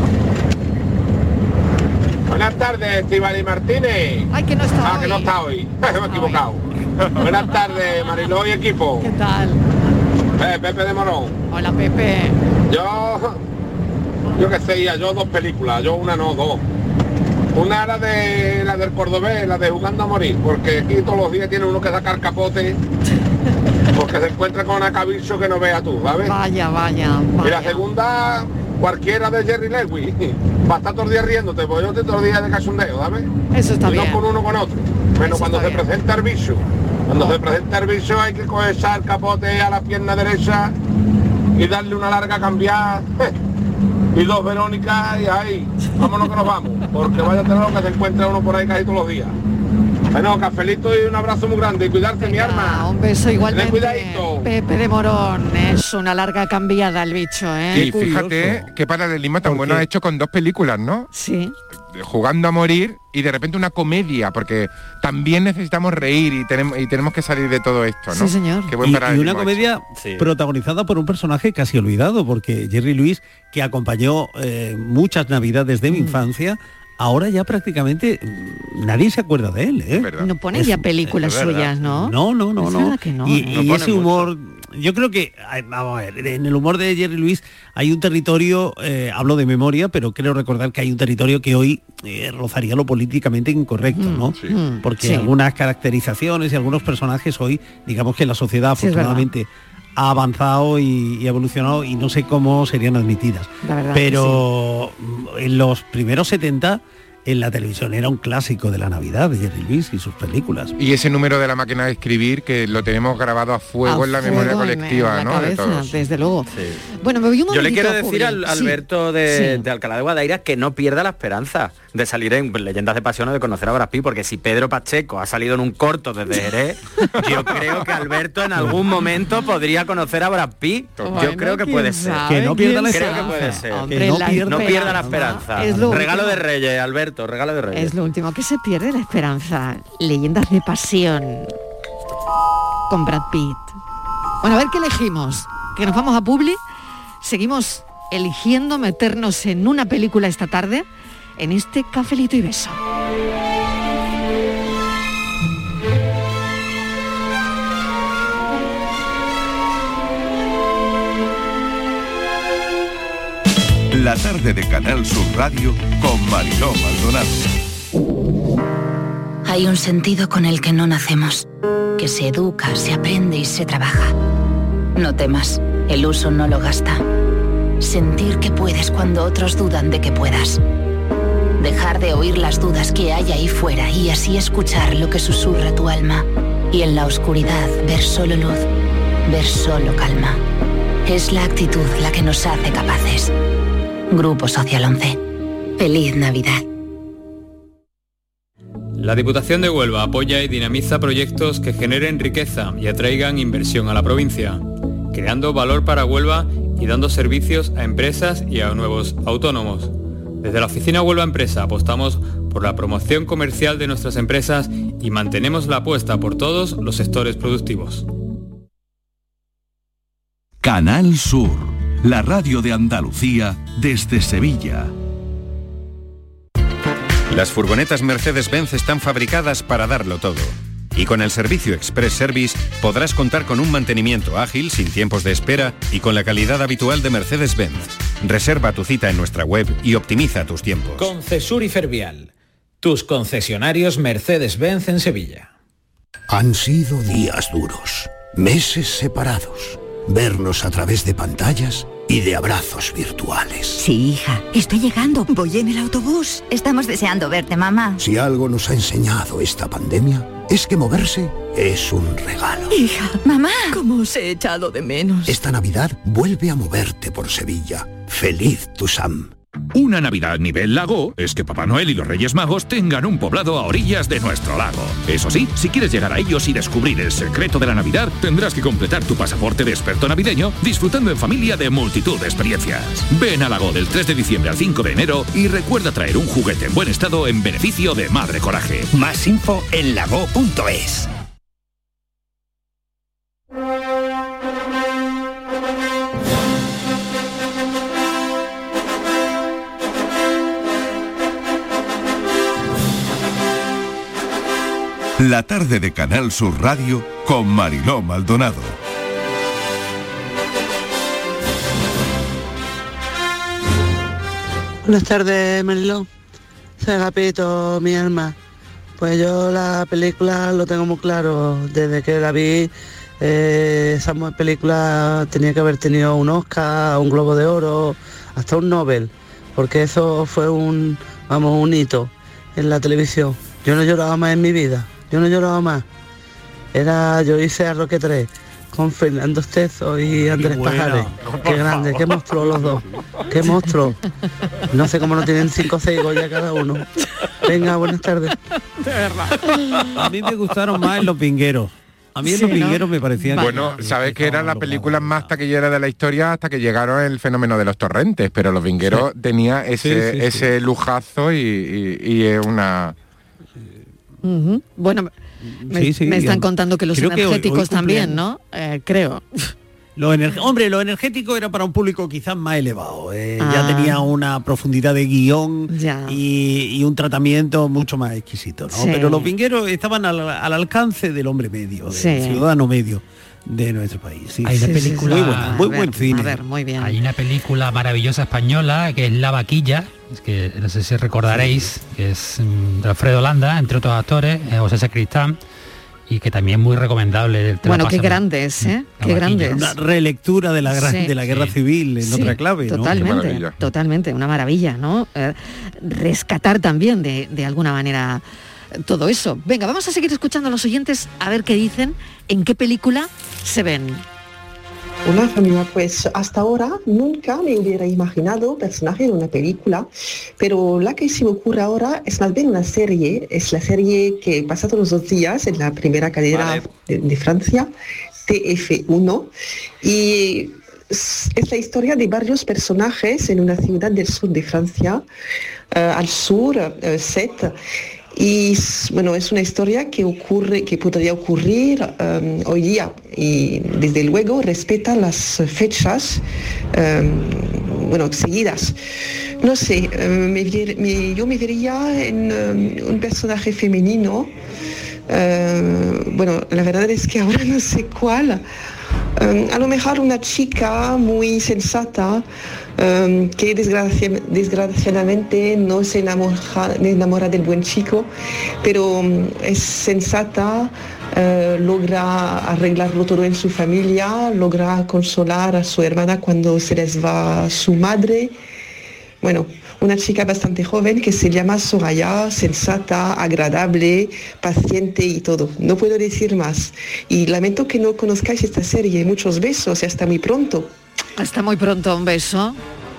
Buenas tardes, Estíbaliz Martínez. Ay, que no está Ah, hoy. que no está hoy. Me he equivocado. Buenas tardes, Mariló y equipo. ¿Qué tal? Eh, Pepe de Morón. Hola, Pepe. Yo, yo qué sé, yo dos películas, yo una no, dos. Una era de la del cordobés, la de Jugando a Morir, porque aquí todos los días tiene uno que sacar capote, porque se encuentra con una cabicho que no vea tú, ¿sabes? Vaya, vaya, Y la vaya. segunda, cualquiera de Jerry Lewis, va a estar todos los días riéndote, porque yo estoy todos los días de cachondeo, ¿sabes? Eso está y bien. no con uno con otro. Bueno, Eso cuando está se bien. presenta el bicho, cuando se presenta el bicho hay que coger el capote a la pierna derecha y darle una larga cambiada. Y dos Verónicas y ahí, vámonos que nos vamos, porque vaya a tener lo que se encuentra uno por ahí casi todos los días. Bueno, cafelito y un abrazo muy grande y cuidarse, mi arma. Un beso igualmente. Ten cuidadito. Pepe de Morón, es una larga cambiada el bicho, ¿eh? Y fíjate qué paralelismo tan bueno ha hecho con dos películas, ¿no? Sí. Jugando a Morir y de repente una comedia, porque también necesitamos reír y tenemos, y tenemos que salir de todo esto, ¿no? Sí, señor. Qué buen Y, y paralelismo una ha hecho. comedia Sí. protagonizada por un personaje casi olvidado, porque Jerry Lewis, que acompañó eh, muchas navidades de mi infancia, ahora ya prácticamente mm, nadie se acuerda de él, ¿eh? No pone ya películas es verdad. suyas, ¿no? No, no, no, Es no. verdad que no, Y, ¿eh? y No pone ese humor, yo creo que, ay, vamos a ver, en el humor de Jerry Lewis hay un territorio, eh, hablo de memoria, pero creo recordar que hay un territorio que hoy eh, rozaría lo políticamente incorrecto, ¿no? Mm, Porque sí. algunas caracterizaciones y algunos personajes hoy, digamos que la sociedad Sí, es verdad. afortunadamente ha avanzado y, y ha evolucionado y no sé cómo serían admitidas. La verdad que Pero mm, en los primeros setenta en la televisión era un clásico de la Navidad de Jerry Lewis y sus películas. Y ese número de la máquina de escribir que lo tenemos grabado a fuego A en la fuego memoria en- colectiva, en la ¿no? De cabeza, todos. desde luego. Bueno, me voy un Yo le momentito quiero a decir Publi. al Sí. Alberto de, Sí. de Alcalá de Guadaira que no pierda la esperanza de salir en Leyendas de Pasión o de conocer a Brad Pitt, porque si Pedro Pacheco ha salido en un corto desde Jerez, yo creo que Alberto en algún momento podría conocer a Brad Pitt. Bueno, yo creo que quién puede ser. sabe, Que no pierda la Creo que esperanza. puede ser. Hombre, que no, la pierda, no pierda la esperanza. esperanza. Es lo Regalo último. de Reyes, Alberto, regalo de Reyes. Es lo último, que se pierde la esperanza. Leyendas de pasión con Brad Pitt. Bueno, a ver qué elegimos. Que nos vamos a Publi. Seguimos eligiendo meternos en una película esta tarde, en este cafelito y beso. La tarde de Canal Sur Radio con Mariló Maldonado. Hay un sentido con el que no nacemos, que se educa, se aprende y se trabaja. No temas, el uso no lo gasta. Sentir que puedes cuando otros dudan de que puedas. Dejar de oír las dudas que hay ahí fuera y así escuchar lo que susurra tu alma. Y en la oscuridad ver solo luz, ver solo calma. Es la actitud la que nos hace capaces. Grupo Social once. Feliz Navidad. La Diputación de Huelva apoya y dinamiza proyectos que generen riqueza y atraigan inversión a la provincia, creando valor para Huelva y dando servicios a empresas y a nuevos autónomos. Desde la Oficina Huelva Empresa apostamos por la promoción comercial de nuestras empresas y mantenemos la apuesta por todos los sectores productivos. Canal Sur, la radio de Andalucía desde Sevilla. Las furgonetas Mercedes-Benz están fabricadas para darlo todo. Y con el servicio Express Service podrás contar con un mantenimiento ágil, sin tiempos de espera y con la calidad habitual de Mercedes-Benz. Reserva tu cita en nuestra web y optimiza tus tiempos. Concesur y Fervial, tus concesionarios Mercedes-Benz en Sevilla. Han sido días duros, meses separados, vernos a través de pantallas y de abrazos virtuales. Sí, hija, estoy llegando. Voy en el autobús. Estamos deseando verte, mamá. Si algo nos ha enseñado esta pandemia, es que moverse es un regalo. Hija, mamá, ¿cómo os he echado de menos? Esta Navidad vuelve a moverte por Sevilla. Feliz Tusam. Una Navidad nivel lago es que Papá Noel y los Reyes Magos tengan un poblado a orillas de nuestro lago. Eso sí, si quieres llegar a ellos y descubrir el secreto de la Navidad, tendrás que completar tu pasaporte de experto navideño disfrutando en familia de multitud de experiencias. Ven a Lago del tres de diciembre al cinco de enero y recuerda traer un juguete en buen estado en beneficio de Madre Coraje. Más info en lago punto es. La tarde de Canal Sur Radio con Mariló Maldonado. Buenas tardes, Mariló. Soy Agapito, mi alma. Pues yo la película lo tengo muy claro. Desde que la vi, eh, esa película tenía que haber tenido un Oscar, un Globo de Oro, hasta un Nobel. Porque eso fue un, vamos, un hito en la televisión. Yo no lloraba más en mi vida. Yo no lloraba más. Era, yo hice a Roque tres con Fernando Estezo y Andrés bueno, Pajares. Qué grande, qué monstruo los dos. Qué monstruo. No sé cómo no tienen cinco o seis Goya cada uno. Venga, buenas tardes. De verdad. A mí me gustaron más en Los Vingueros. A mí en Sí, Los ¿no? Vingueros me parecían... Bueno, sabes que era la película más taquillera de la historia hasta que llegaron el fenómeno de los torrentes, pero Los Vingueros Sí. tenía ese, Sí, sí, sí. ese lujazo y, y, y es una... Ujú. Bueno, me, Sí, sí, me están y- contando que los creo que hoy- energéticos hoy también, cumplen- ¿no? Eh, creo. Lo ener- Hombre, lo energético era para un público quizás más elevado. eh, Ah. Ya tenía una profundidad de guión Ya. y, y un tratamiento mucho más exquisito, ¿no? Sí. Pero Los Vingueros estaban al, al alcance del hombre medio, del Sí. ciudadano medio de nuestro país. Sí. Hay una película muy buena, muy buen cine. muy bien. Hay una película maravillosa española que es La Vaquilla, es que no sé si recordaréis, que es mm, de Alfredo Landa, entre otros actores, eh, José Sacristán, y que también muy recomendable. Te lo Bueno, qué pasas- grandes, ¿eh? Qué grandes. Una relectura de la, gran- Sí. de la guerra civil en Sí, otra clave, ¿no? Totalmente, totalmente, una maravilla, ¿no? Eh, rescatar también de, de alguna manera eh, todo eso. Venga, vamos a seguir escuchando a los oyentes a ver qué dicen, en qué película se ven. Hola familia, pues hasta ahora nunca me hubiera imaginado personaje de una película, pero la que se me ocurre ahora es más bien una serie, es la serie que pasa todos los días en la primera cadena Vale. de, de Francia, T F uno, y es, es la historia de varios personajes en una ciudad del sur de Francia, eh, al sur, eh, Sète. Y s- bueno, es una historia que ocurre, que podría ocurrir um, hoy día y desde luego respeta las fechas um, bueno, seguidas. No sé, um, me vier- me- yo me vería en um, un personaje femenino. Uh, bueno, la verdad es que ahora no sé cuál. Um, a lo mejor una chica muy sensata um, que desgracia- desgraciadamente no se enamora, enamora del buen chico, pero um, es sensata, uh, logra arreglarlo todo en su familia, logra consolar a su hermana cuando se les va su madre. Bueno, una chica bastante joven que se llama Soraya, sensata, agradable, paciente y todo. No puedo decir más. Y lamento que no conozcáis esta serie. Muchos besos y hasta muy pronto. Hasta muy pronto, un beso.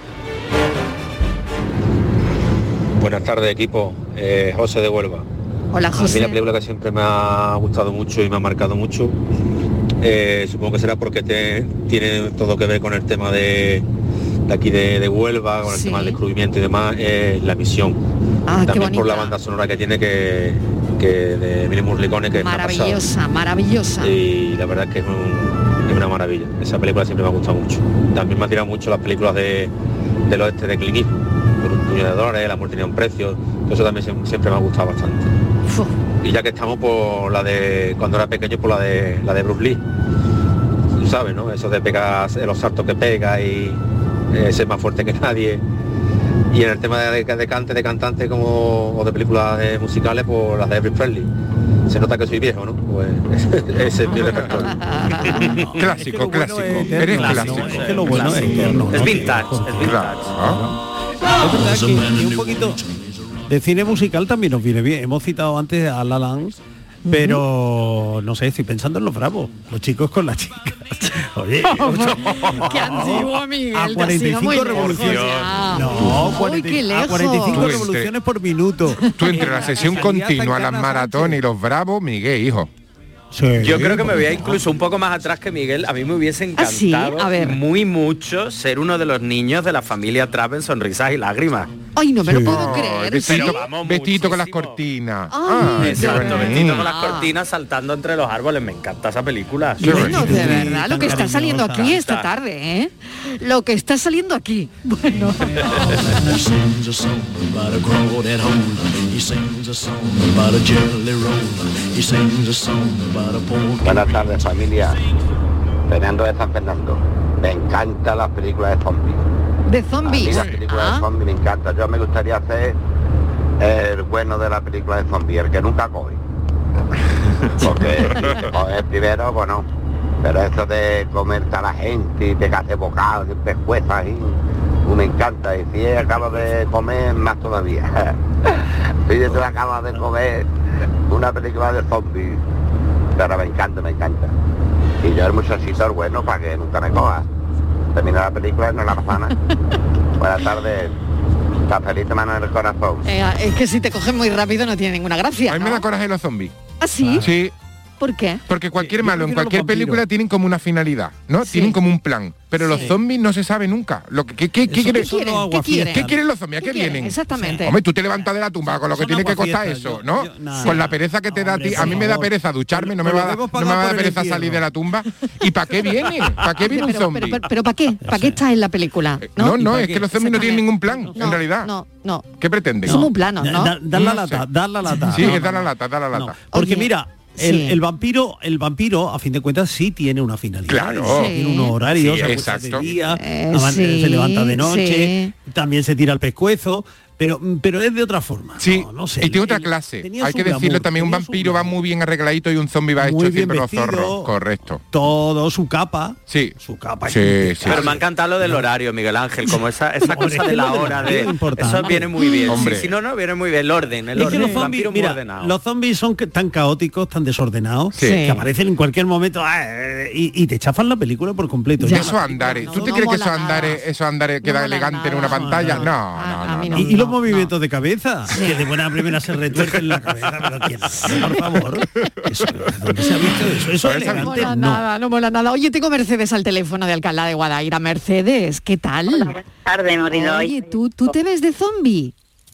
Buenas tardes, equipo. Eh, José de Huelva. Hola, A mí José. la película que siempre me ha gustado mucho y me ha marcado mucho, eh, supongo que será porque te- tiene todo que ver con el tema de, de aquí de, de Huelva, con el Sí. tema del descubrimiento y demás, eh, La Misión. Ah, qué También por la bonita. banda sonora que tiene, que, que de Emilio Morricone, que me ha pasado. Maravillosa, maravillosa. Y la verdad es que es, un- es una maravilla. Esa película siempre me ha gustado mucho. También me ha tirado mucho las películas de, del oeste de Clint Eastwood, por un puño de dólares, El amor tenía un precio. Eso también siem- siempre me ha gustado bastante. Y ya que estamos por la de cuando era pequeño, por la de la de Bruce Lee. Tú sabes, ¿no? Eso de pegar los saltos que pega y eh, ser más fuerte que nadie. Y en el tema de, de cante, de cantante como o de películas de musicales, pues las de Elvis Presley. Se nota que soy viejo, ¿no? Pues ese es mi repertorio. Clásico, clásico. eterno, Eres ¿no? clásico. Es que lo bueno es eterno, Es ¿no? vintage, es vintage. Es verdad que, que un poquito de cine musical también nos viene bien. Hemos citado antes a La La Land, Pero no sé, estoy pensando en los bravos, los chicos con las chicas. Oye, qué antiguo, Miguel. A cuarenta y cinco revoluciones. No, cuarenta, qué lejos. a cuarenta y cinco Tú revoluciones entre- por minuto. Tú entre la sesión continua, las maratones y los bravos, Miguel, hijo. Yo creo que me voy a incluso un poco más atrás que Miguel. A mí me hubiese encantado ¿Ah, sí? A ver. muy mucho ser uno de los niños de la familia Trapp en Sonrisas y Lágrimas. Ay, no me lo Sí. puedo Ay, creer. vestido, ¿sí? vamos, vestido con las cortinas. Ay, Ah, de Exacto, verdad. vestido con las cortinas saltando entre los árboles. Me encanta esa película. Qué Bueno, bonito. de verdad, lo que está saliendo cariñosa. aquí esta tarde, ¿eh? Lo que está saliendo aquí. Bueno. He sings a song about a crawdad hole. He sings a song about a jelly roll. He sings a song about a porky. Buenas tardes, familia. Fernando de San Fernando. Me encantan las películas de zombies. De A mí zombies. las películas de Ah, zombies me encantan. Yo me gustaría hacer el bueno de la película de zombies, el que nunca coge. Porque si coge primero, bueno, pero eso de comerte a la gente y te hace bocado, y pescuezas ahí, uh, me encanta. Y si acabo de comer, más todavía. Si te acabas de comer una película de zombies, pero me encanta, me encanta. Y yo el muchachito el bueno para que nunca me coja. Termina la película y no la pasana. Buenas tardes. Está feliz mano en el corazón. eh, es que si te cogen muy rápido no tiene ninguna gracia. A mí me ¿no? da coraje los zombies. ¿Ah, sí? Sí, ¿Por qué? porque cualquier Yo malo en prefiero los cualquier vampiros. película tienen como una finalidad, ¿no? Sí. Tienen como un plan. Pero los Sí. zombies no se sabe nunca. Lo que, ¿qué, qué, qué, Eso quiere- son los ¿Qué aguafiestas. quieren? ¿Qué quieren los zombies? ¿A ¿Qué qué quieren? vienen? Exactamente. Hombre, tú te levantas de la tumba con lo que Son tiene que costar aguafiestas, eso, yo- ¿no? yo- nada. Con la pereza que te da a ti. Hombre, A mí por me da favor. pereza ducharme, no me Pues va a lo dar, debemos no me pagar va a dar por el pereza salir entierro. de la tumba. ¿Y para qué viene? ¿Para qué viene un pero, zombie? pero, pero, pero ¿para qué? ¿Para qué estás en la película? No, ¿Y no, para es qué? que los zombies no tienen ningún plan, No, en realidad. No, no. ¿Qué pretenden? Son muy planos, ¿no? Da, da la No sé. lata, da la lata. Sí, No, es dar no, la lata, dar la no. lata. Porque Oye, mira, el, sí. el vampiro, el vampiro, a fin de cuentas, sí tiene una finalidad. Claro. Y tiene unos horarios, Sí, se acuesta exacto. de día, Eh, avan- sí, se levanta de noche, sí. también se tira al pescuezo, pero, pero es de otra forma. Sí, no, no sé. y tiene otra El- clase. tenía Hay su que decirlo glamour, también, un tenía su vampiro va glamour. muy bien arregladito y un zombie va Muy hecho bien siempre los vestido. zorros. Correcto. Todo, su capa. Sí. Su capa. Sí, es sí. Pero me ha encantado lo del horario, Miguel Ángel, como esa, esa Hombre, cosa es de que la lo del hora horario de... es importante. Eso viene muy bien. Hombre. Sí, si no, no, viene muy bien el orden. El Es que orden los el zombies, vampiro muy mira, ordenado. los zombies son que- tan caóticos, tan desordenados, Sí. que aparecen en cualquier momento ah, eh, y, y te chafan la película por completo. De Ya. esos andares. no, ¿Tú te no crees que mola esos andares, nada. esos andares quedan mola elegantes en nada. una pantalla? No, No, A- a no, no. mí no. no. Y, y los movimientos de cabeza, que de buena primera se retuercen la cabeza, pero ¿quién? Por favor. Eso, ¿dónde se ha visto eso? Eso es No No elegante. mola No. nada, no mola nada. Oye, tengo Mercedes al teléfono de Alcalá de Guadaira. Mercedes, ¿qué tal? Buenas tardes, Marilo. Oye, ¿tú, ¿tú te ves de zombie?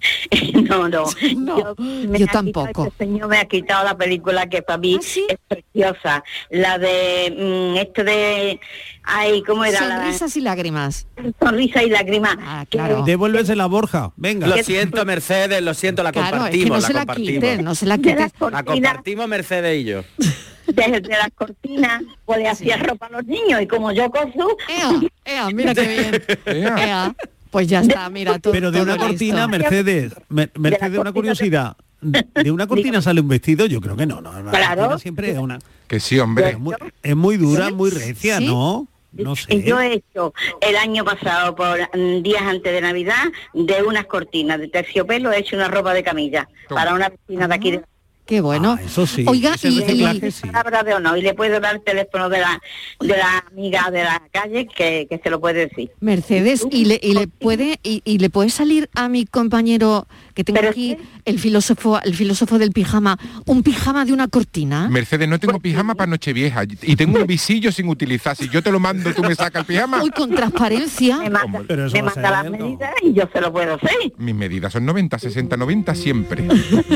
No, no. No, yo me yo ha tampoco. quitado, este señor me ha quitado la película que para mí ¿Ah, sí? es preciosa. La de mm, esto de ay, ¿cómo era? Sonrisas y lágrimas. La sonrisa y lágrimas. Ah, claro. Devuélvesela, Borja. Venga. Lo siento, Mercedes, lo siento, la Claro, es compartimos. que no se la compartimos. quites, no se la De quites. las La cortinas, compartimos Mercedes y yo. desde de las cortinas, pues le hacía ropa a los niños y como yo coso, Ea, ea, mira qué bien. Ea. Ea, pues ya está, mira, todo. Pero de todo una cortina, listo. Mercedes, Mer- Mercedes, una cortina curiosidad. De de una cortina sale un vestido, yo creo que no, no. Una Claro. cortina siempre es una. Que sí, hombre. Es muy, es muy dura, muy recia, ¿Sí? ¿no? No sé. yo he hecho el año pasado, por mm, días antes de Navidad, de unas cortinas de terciopelo, he hecho una ropa de camilla Toma. para una piscina de aquí de Qué bueno. Ah, eso sí. Oiga, ese y- reciclaje y- sí. palabra de honor, y le puedo dar el teléfono de la de la amiga de la calle que, que se lo puede decir. Mercedes, y le, y le puede y, y le puede salir a mi compañero que tengo Pero aquí, es el filósofo, el filósofo del pijama, un pijama de una cortina. Mercedes, no tengo pijama para Nochevieja y tengo un visillo sin utilizar. Si yo te lo mando, tú me sacas el pijama. Uy, con transparencia. Me manda, Hombre, pero eso me va a manda las ser, ¿no? medidas y yo se lo puedo hacer. Mis medidas son noventa, sesenta, noventa siempre.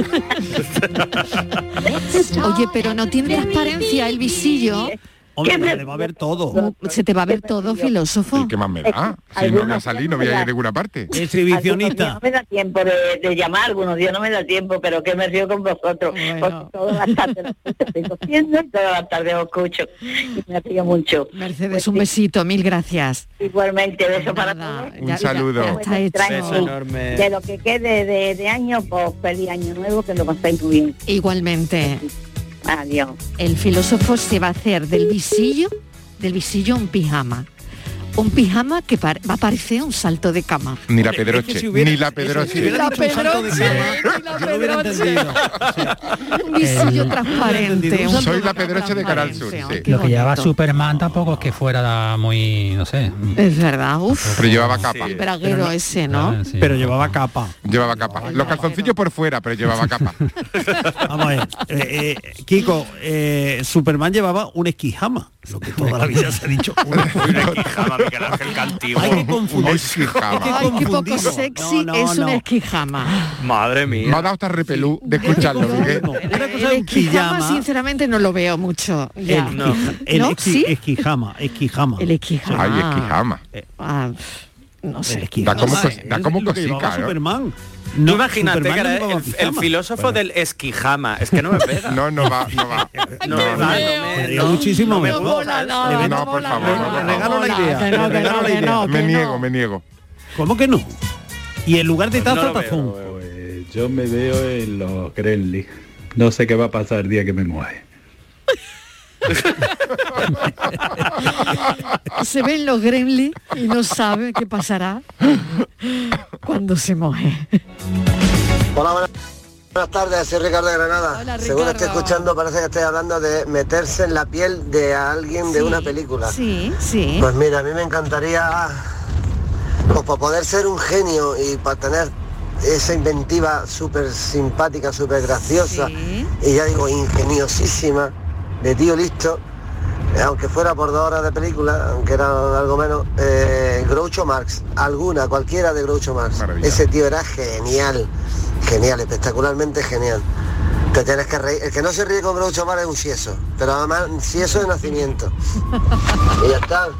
Oye, pero no tiene transparencia el visillo. Hombre, ¿Qué me- se le va a ver todo. Se te va a ver todo, filósofo. ¿Y qué más me da? Si no voy a salir, no voy a ir a ninguna parte. Algunos días Exhibicionista. no me da tiempo de, de llamar, algunos días no me da tiempo, pero que me río con vosotros, Bueno. porque todas las tardes lo escucho, estoy cociendo y todas las tardes os escucho y me río mucho. Mercedes, un besito, mil gracias. Igualmente, beso para Nada, todos. Un ya- saludo. ya está hecho. Beso enorme. De lo que quede de, de año, pues feliz año nuevo, que lo paséis muy bien. Igualmente, Adiós. el filósofo se va a hacer del visillo, del visillo un pijama. un pijama que par- va a parecer un salto de cama. Ni la Pedroche, es que si hubiera- ni la eso, si Pedroche. hubiera La dicho un salto de Pedroche, cama, la yo lo hubiera Pedroche. entendido. Un visillo El- transparente. un Soy salto la de Pedroche de Canal Sur, transparencia. sí. Qué Lo que llevaba bonito. Superman tampoco es que fuera muy, no sé. Es verdad, uff. Pero llevaba capa. El braguero ese, ¿no? Ah, sí. Pero llevaba capa. Llevaba capa. Los calzoncillos por fuera, pero llevaba capa. Vamos a ver, eh, eh, Kiko, eh, Superman llevaba un esquijama, lo que toda la vida se ha dicho. Una, Esquijama, Miguel Ángel Cantigo. hay que confundir. Un esquijama. Hay que Ay, qué poco confundirlo. sexy No, no, es un no. esquijama. Madre Me mía. ha dado hasta repelú de escucharlo, Miguel. No, una cosa El es un esquijama, pijama. sinceramente, no lo veo mucho. El, Ya. No. el ¿No? esqui- ¿Sí? esquijama, esquijama. El esquijama. Ay, esquijama. Ah, no El sé. esquijama. Da como cos- Es da como lo que llevaba cosica, ¿no? Superman. No, No, imagínate Superman que era no llevaba el, el pijama. filósofo del esquijama. Es que no me pega. No, no va, no va. No me va, no me, Sería no, muchísimo no me mejor. gusta. No, Le- no, por favor, no, Le no, regalo la no, idea. que no, Le que regalo no, la que idea. no. Me niego, me niego. ¿Cómo que no? Y en lugar de taza, No lo veo. tazón. Pues yo me veo en los Gremlins. No sé qué va a pasar el día que me mueve. Se ven los gremlins y no sabe qué pasará cuando se moje. Hola, buenas, buenas tardes, soy Ricardo de Granada. Hola, Según Ricardo. estoy escuchando, parece que estoy hablando de meterse en la piel de alguien de Sí, una película. Sí, sí. Pues mira, a mí me encantaría, pues para poder ser un genio y para tener esa inventiva súper simpática, súper graciosa, Sí. y ya digo, ingeniosísima, de tío listo, eh, aunque fuera por dos horas de película, aunque era algo menos, eh, Groucho Marx, alguna, cualquiera de Groucho Marx. Maravilla. Ese tío era genial, genial, espectacularmente genial. Te tienes que reír. El que no se ríe con Groucho Marx es un sieso, pero además sieso de nacimiento. Y ya está.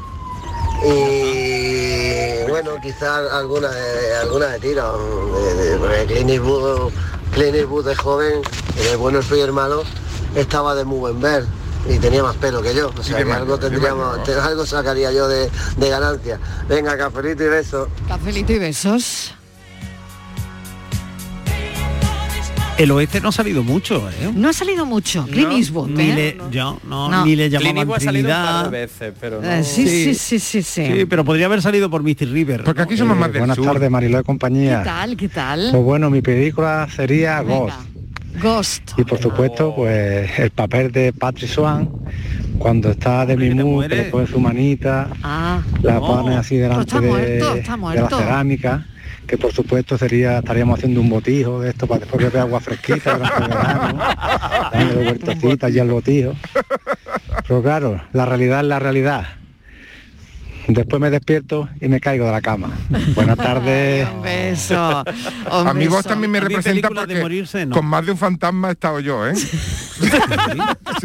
Y bueno, quizás alguna de, alguna de tiro. De, de, porque Clint Eastwood, Clint Eastwood de joven, en el bueno, el feo y el malo, estaba de muy buen ver y tenía más pelo que yo. O sea de que mayor, algo de tendríamos, mayor. te- algo sacaría yo de, de ganancia. Venga, cafelito y beso. Cafelito y besos. El oeste no ha salido mucho, ¿eh? No ha salido mucho. Clint No, Eastwood, Ni ¿eh? le, yo, no, No. ni le Clint llamaban Eastwood ha salido un par Trinidad. de veces, pero no. Eh, sí, sí, Sí. sí, sí, sí. Sí, pero podría haber salido por mister River. Porque aquí somos más del Buenas sur. tardes, Mariló de ¿Qué compañía. tal? ¿Qué tal? Pues bueno, mi película sería Ghost. Venga. Ghost. Y por supuesto, pues el papel de Patrick Swan, cuando está de Hombre, que te Mimú, que mueres. le pone su manita, Ah, la No. pone así delante está de, muerto, está de la muerto. cerámica, que por supuesto sería, estaríamos haciendo un botijo de esto para después beber agua fresquita durante el verano, dándole vueltecitas y al botijo. Pero claro, la realidad es la realidad. Después me despierto y me caigo de la cama. Buenas tardes. un beso. Un A mí vos beso. también me A mí representa películas de porque morirse, no. con más de un fantasma he estado yo, ¿eh? Sí.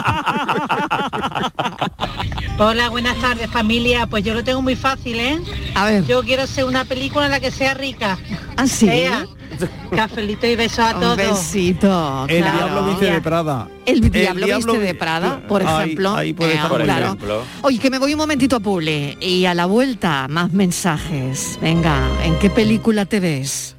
Hola, buenas tardes familia. Pues yo lo tengo muy fácil, ¿eh? A ver. Yo quiero ser una película en la que sea rica. ¿Ah, sí? Ea, cafelito y besos a Un todos. besito. El claro. diablo viste de Prada. El diablo, diablo viste de vi- Prada, por Ahí- ejemplo. ahí puede Eh, estar Por claro. ejemplo. Oye, que me voy un momentito a Publi y a la vuelta más mensajes. Venga, ¿en qué película te ves?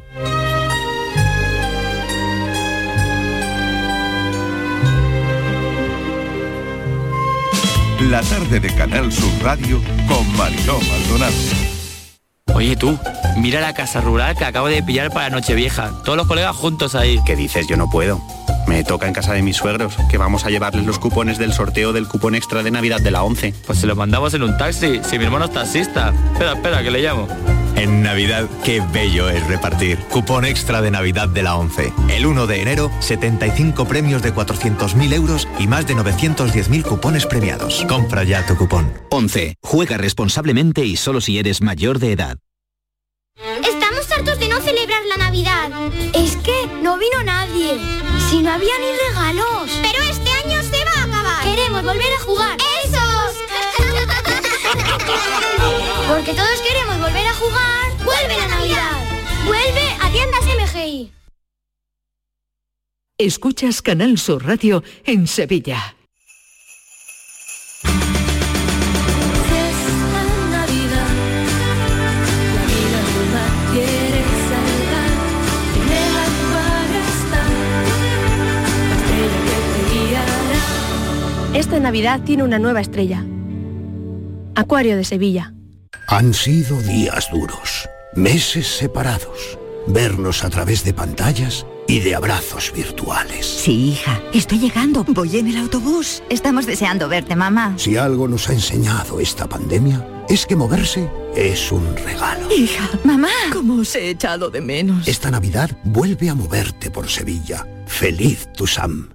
La tarde de Canal Sur Radio con Mariló Maldonado. Oye tú, mira la casa rural que acabo de pillar para Nochevieja. Todos los colegas juntos ahí. ¿Qué dices? Yo no puedo. Me toca en casa de mis suegros, que vamos a llevarles los cupones del sorteo del cupón extra de Navidad de la once. Pues se los mandamos en un taxi, si mi hermano es taxista. Espera, espera, que le llamo. En Navidad, qué bello es repartir. Cupón extra de Navidad de la once. El uno de enero, setenta y cinco premios de cuatrocientos mil euros y más de novecientos diez mil cupones premiados. Compra ya tu cupón. once. Juega responsablemente y solo si eres mayor de edad. Estamos hartos de no celebrar la Navidad. Es que no vino nadie. Si no había ni regalos. Pero este año se va a acabar. Queremos volver a jugar. ¡Esos! Porque todos queremos volver a jugar. ¡Vuelve la Navidad! ¡Vuelve a Tiendas M G I! Escuchas Canal Sur Radio en Sevilla. Esta Navidad tiene una nueva estrella. Acuario de Sevilla. Han sido días duros, meses separados, vernos a través de pantallas y de abrazos virtuales. Sí, hija, estoy llegando, voy en el autobús. Estamos deseando verte, mamá. Si algo nos ha enseñado esta pandemia, es que moverse es un regalo. Hija, mamá, ¿cómo os he echado de menos? Esta Navidad vuelve a moverte por Sevilla. Feliz Tusam.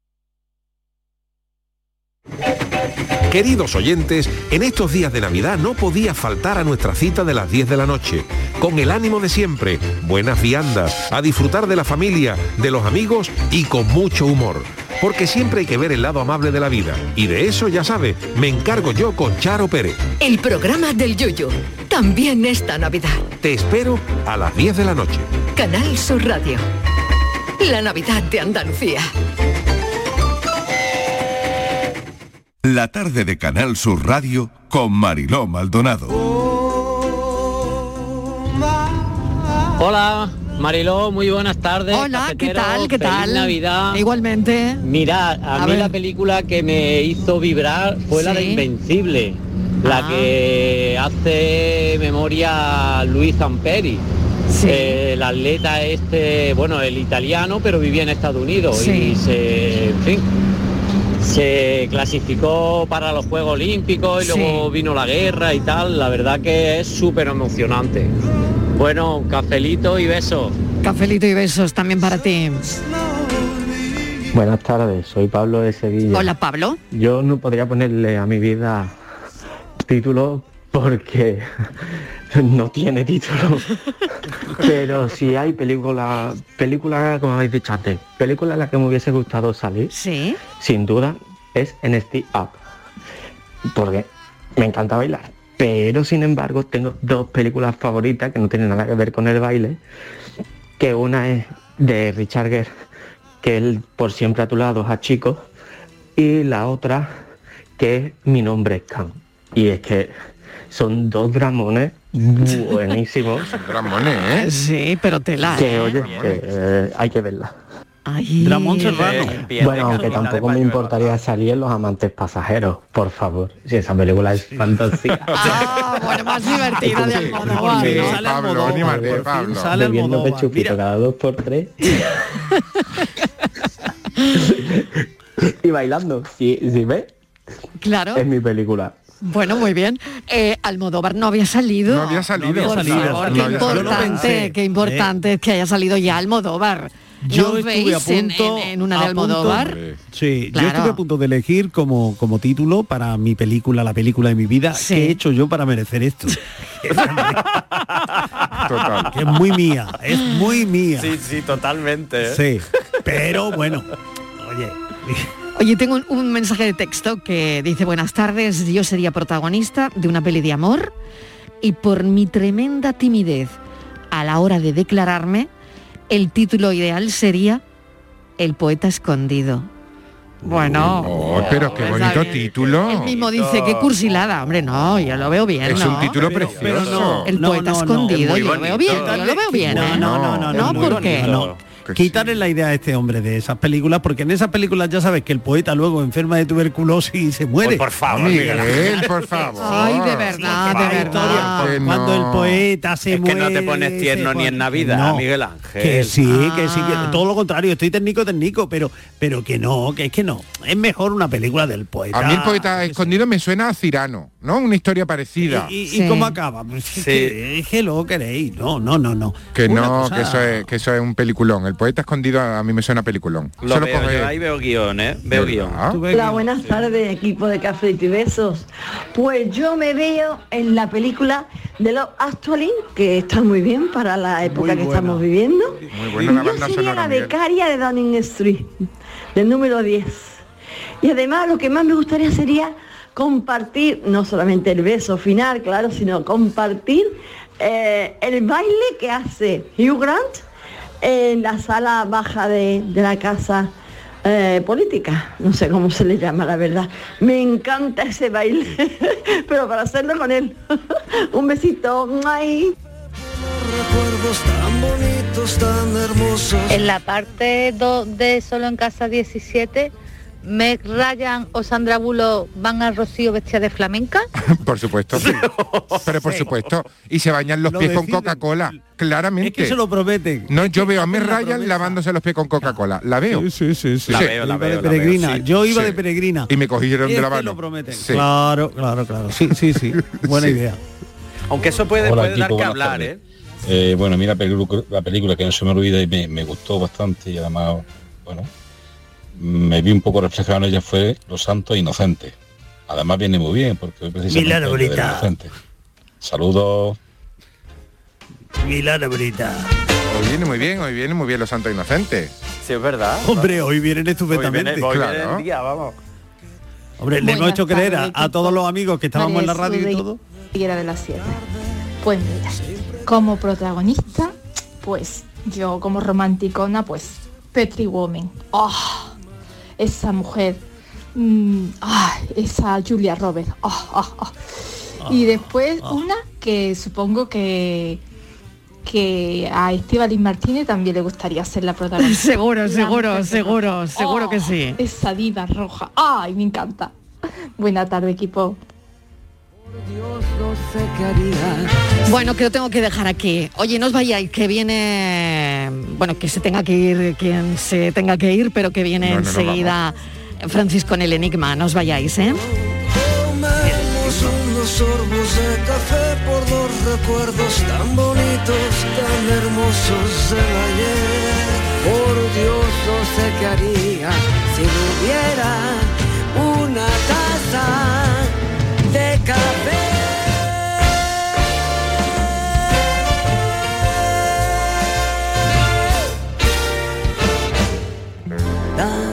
Queridos oyentes, en estos días de Navidad no podía faltar a nuestra cita de las diez de la noche. Con el ánimo de siempre, buenas viandas, a disfrutar de la familia, de los amigos y con mucho humor. Porque siempre hay que ver el lado amable de la vida. Y de eso, ya sabe, me encargo yo con Charo Pérez. El programa del Yoyo, también esta Navidad. Te espero a las diez de la noche. Canal Sur Radio. La Navidad de Andalucía. La tarde de Canal Sur Radio con Mariló Maldonado. Hola, Mariló, muy buenas tardes. Hola, ¿qué tal? ¿Qué Feliz tal? Navidad. Igualmente. Mira, a, A mí ver. la película que me hizo vibrar fue la de Sí. Invencible, la Ah. que hace memoria Luis Zamperi. Sí. Eh, el atleta este, bueno, el italiano, pero vivía en Estados Unidos Sí. y se, en fin, se clasificó para los Juegos Olímpicos y Sí. luego vino la guerra y tal. La verdad que es súper emocionante. Bueno, un cafelito y besos. Cafelito y besos también para ti. Buenas tardes, soy Pablo de Sevilla. Hola, Pablo. Yo no podría ponerle a mi vida título porque no tiene título. Pero si hay película, película como habéis dicho antes, película en la que me hubiese gustado salir, sí, sin duda, es N S T Up. Porque me encanta bailar. Pero sin embargo tengo dos películas favoritas que no tienen nada que ver con el baile. Que una es de Richard Gere, que es Por siempre a tu lado, Hachiko. Y la otra que es Mi nombre es Khan. Y es que son dos dramones buenísimos. Dramones, ¿eh? Sí, pero tela. Que ¿eh? oye, que, eh, hay que verla. Ay, Dramón Serrano. Bueno, aunque tampoco me importaría salir en Los amantes pasajeros, por favor. Si esa película es fantasía. Ah, bueno, más divertida de Almodóvar, Sí, ¿no? Sale Pablo, Almodóvar, anímate, por fin Pablo. sale Bebiendo Almodóvar. pechupito Mira, cada dos por tres. Y bailando. Si, si ves, Claro. es mi película. Bueno, muy bien. Eh, Almodóvar no había salido. No había salido. No había Por salido. favor, No qué había salido. importante, Yo lo pensé, qué importante es que haya salido ya Almodóvar. Yo ¿No os estuve veis a punto, en, en- en una de a punto- Almodóvar? Sí, Claro. yo estuve a punto de elegir como, como título para mi película, la película de mi vida, Sí. ¿qué he hecho yo para merecer esto? Total. Que es muy mía, es muy mía. Sí, sí, totalmente. ¿eh? Sí, pero bueno, oye, Oye, tengo un, un mensaje de texto que dice: buenas tardes, yo sería protagonista de una peli de amor y por mi tremenda timidez a la hora de declararme, el título ideal sería El poeta escondido. Bueno, Oh, pero qué pues, bonito ¿sabes? título. Él mismo dice que cursilada. Hombre, no, yo lo veo bien, Es ¿no? un título Pero- precioso. pero no. El No, poeta no, no. escondido, Es muy yo lo veo bonito. bien, yo lo veo bien. no, ¿eh? no, no, no, No, muy ¿por qué? bonito, no. Que Quitarle sí. la idea a este hombre de esas películas, porque en esas películas ya sabes que el poeta luego enferma de tuberculosis y se muere. Pues por favor, Miguel, Miguel. por favor. Ay, de verdad, de verdad. Que Cuando no. el poeta se Es que muere. no te pones tierno se ni en pone- Navidad, No, Miguel Ángel. Que sí, que sí, Ah. que todo lo contrario, estoy técnico, técnico, pero pero que no, que es que no. Es mejor una película del poeta. A mí el poeta escondido me suena a Cirano, ¿no? Una historia parecida. ¿Y, y- Sí. y cómo acaba? Pues es, Sí. que, es que lo queréis. No, no, no, no. Que Una no, cosa- que eso es que eso es un peliculón. El poeta escondido a mí me suena a peliculón. Lo Solo veo, coge- yo ahí veo guión, ¿eh? Veo ¿Verdad? guión. Tú ves Hola, que- buenas tardes, equipo de Café y Besos. Pues yo me veo en la película de Love Actually, que está muy bien para la época que buena. estamos viviendo. Muy buena la Yo banda sería sonora, la Miguel. becaria de Downing Street, del número diez. Y además lo que más me gustaría sería compartir, no solamente el beso final, claro, sino compartir eh, el baile que hace Hugh Grant en la sala baja de, de la casa eh, política, no sé cómo se le llama, la verdad. Me encanta ese baile, pero para hacerlo con él. Un besito. ¡Ay! Tan bonitos, tan hermosos. En la parte do- de Solo en Casa diecisiete, Meg Ryan o Sandra Bullock van al Rocío vestidas de flamenca? Por supuesto. Pero por supuesto. Y se bañan los Lo pies con deciden. Coca-Cola. Claramente. Es que se lo prometen. No, yo veo a Meg hacen la Ryan promesa. lavándose los pies con Coca-Cola. ¿La veo? Sí, sí, sí. sí. La Sí. veo, la Yo iba veo, de la veo, peregrina. sí. Yo iba Sí. de peregrina. Y me cogieron Es de la que mano. lo prometen. Sí. Claro, claro, claro. Sí, sí, sí. Buena Sí. idea. Aunque eso puede, Hola, puede dar equipo, que buenas hablar, tardes. ¿eh? Eh, bueno, mira la película, la película que no se me olvida y me, me gustó bastante y además, bueno, me vi un poco reflejado en ella fue Los Santos Inocentes. Además viene muy bien porque hoy precisamente Milano, es el Día del bonita. Inocente. Saludos. Milana bonita. Hoy viene muy bien, hoy viene muy bien los Santos Inocentes. Sí, es verdad. Hombre, hoy vienen Hoy estupendamente. viene, hoy viene Claro. el día, vamos. Hombre, le hemos Buenas hecho creer a, tardes, a todos los amigos que estábamos en la María radio y Jesús todo. de Higuera de la Sierra. Pues mira, como protagonista, pues yo como romanticona, pues Petri Woman. ¡Oh! Esa mujer. mm, ah, esa Julia Roberts. ¡Oh, oh, oh! Y después una que supongo que que a Estíbaliz Martínez también le gustaría ser la protagonista. Seguro, La seguro, mujer seguro, roja. seguro que Oh, sí. Esa diva roja. ¡Ay, me encanta! Buena tarde, equipo. Bueno, que lo tengo que dejar aquí. Oye, no os vayáis, que viene, bueno, que se tenga que ir quien se tenga que ir, pero que viene No, no, no, enseguida Francisco en el Enigma. No os vayáis, ¿eh? Tomemos unos sorbos de café por los recuerdos tan bonitos, tan hermosos del ayer. Por Dios, no sé qué haría si no hubiera una taza de café. Da